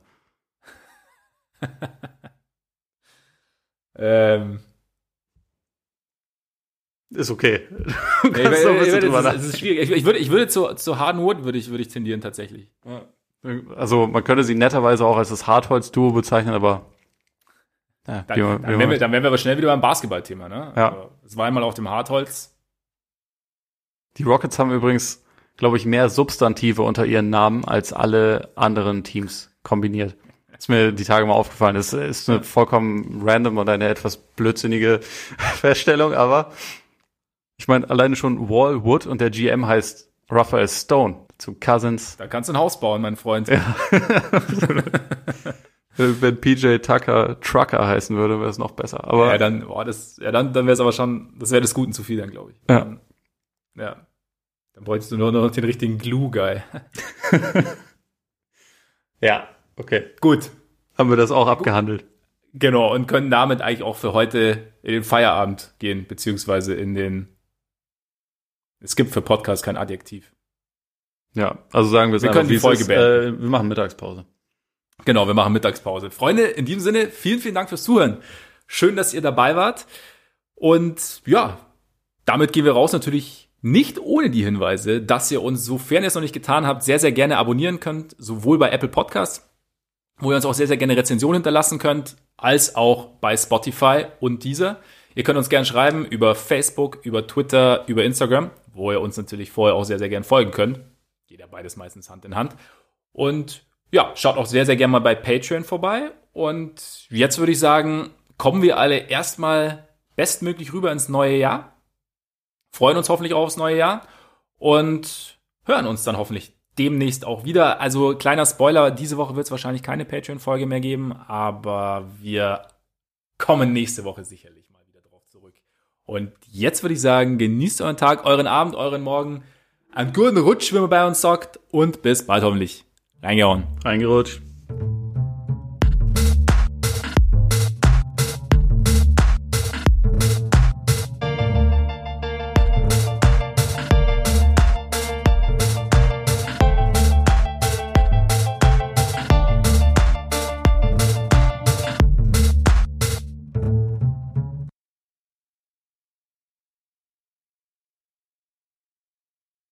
Speaker 2: Ist okay.
Speaker 1: Es ist schwierig. Ich würde zu Hardenwood würde ich tendieren tatsächlich.
Speaker 2: Ja. Also man könnte sie netterweise auch als das Hartholz-Duo bezeichnen, aber
Speaker 1: dann wären wir aber schnell wieder beim Basketball-Thema, ne?
Speaker 2: Ja.
Speaker 1: Also, es war einmal auf dem Hartholz.
Speaker 2: Die Rockets haben übrigens, glaube ich, mehr Substantive unter ihren Namen als alle anderen Teams kombiniert. Ist mir die Tage mal aufgefallen. Das ist eine vollkommen random und eine etwas blödsinnige Feststellung, aber ich meine, alleine schon Wallwood und der GM heißt Raphael Stone zu Cousins.
Speaker 1: Da kannst du ein Haus bauen, mein Freund.
Speaker 2: Ja. Wenn PJ Tucker Trucker heißen würde, wäre es noch besser. Aber
Speaker 1: dann wäre es aber schon, das wäre des Guten zu viel dann, glaube ich.
Speaker 2: Ja.
Speaker 1: Dann bräuchtest du nur noch den richtigen Glue-Guy.
Speaker 2: Ja, okay.
Speaker 1: Gut.
Speaker 2: Haben wir das auch abgehandelt.
Speaker 1: Genau, und können damit eigentlich auch für heute in den Feierabend gehen, beziehungsweise es gibt für Podcast kein Adjektiv.
Speaker 2: Ja, also sagen wir es
Speaker 1: einfach, können die Folge beenden.
Speaker 2: Wir machen Mittagspause.
Speaker 1: Genau, wir machen Mittagspause. Freunde, in diesem Sinne, vielen, vielen Dank fürs Zuhören. Schön, dass ihr dabei wart. Und ja, damit gehen wir raus natürlich nicht ohne die Hinweise, dass ihr uns, sofern ihr es noch nicht getan habt, sehr, sehr gerne abonnieren könnt, sowohl bei Apple Podcasts, wo ihr uns auch sehr, sehr gerne Rezensionen hinterlassen könnt, als auch bei Spotify und Deezer. Ihr könnt uns gerne schreiben über Facebook, über Twitter, über Instagram, wo ihr uns natürlich vorher auch sehr, sehr gerne folgen könnt. Geht ja beides meistens Hand in Hand. Und ja, schaut auch sehr, sehr gerne mal bei Patreon vorbei. Und jetzt würde ich sagen, kommen wir alle erstmal bestmöglich rüber ins neue Jahr. Freuen uns hoffentlich auch aufs neue Jahr. Und hören uns dann hoffentlich demnächst auch wieder. Also kleiner Spoiler, diese Woche wird es wahrscheinlich keine Patreon-Folge mehr geben. Aber wir kommen nächste Woche sicherlich mal wieder drauf zurück. Und jetzt würde ich sagen, genießt euren Tag, euren Abend, euren Morgen. Einen guten Rutsch, wenn man bei uns sagt. Und bis bald hoffentlich. Reingehauen.
Speaker 2: Reingerutscht.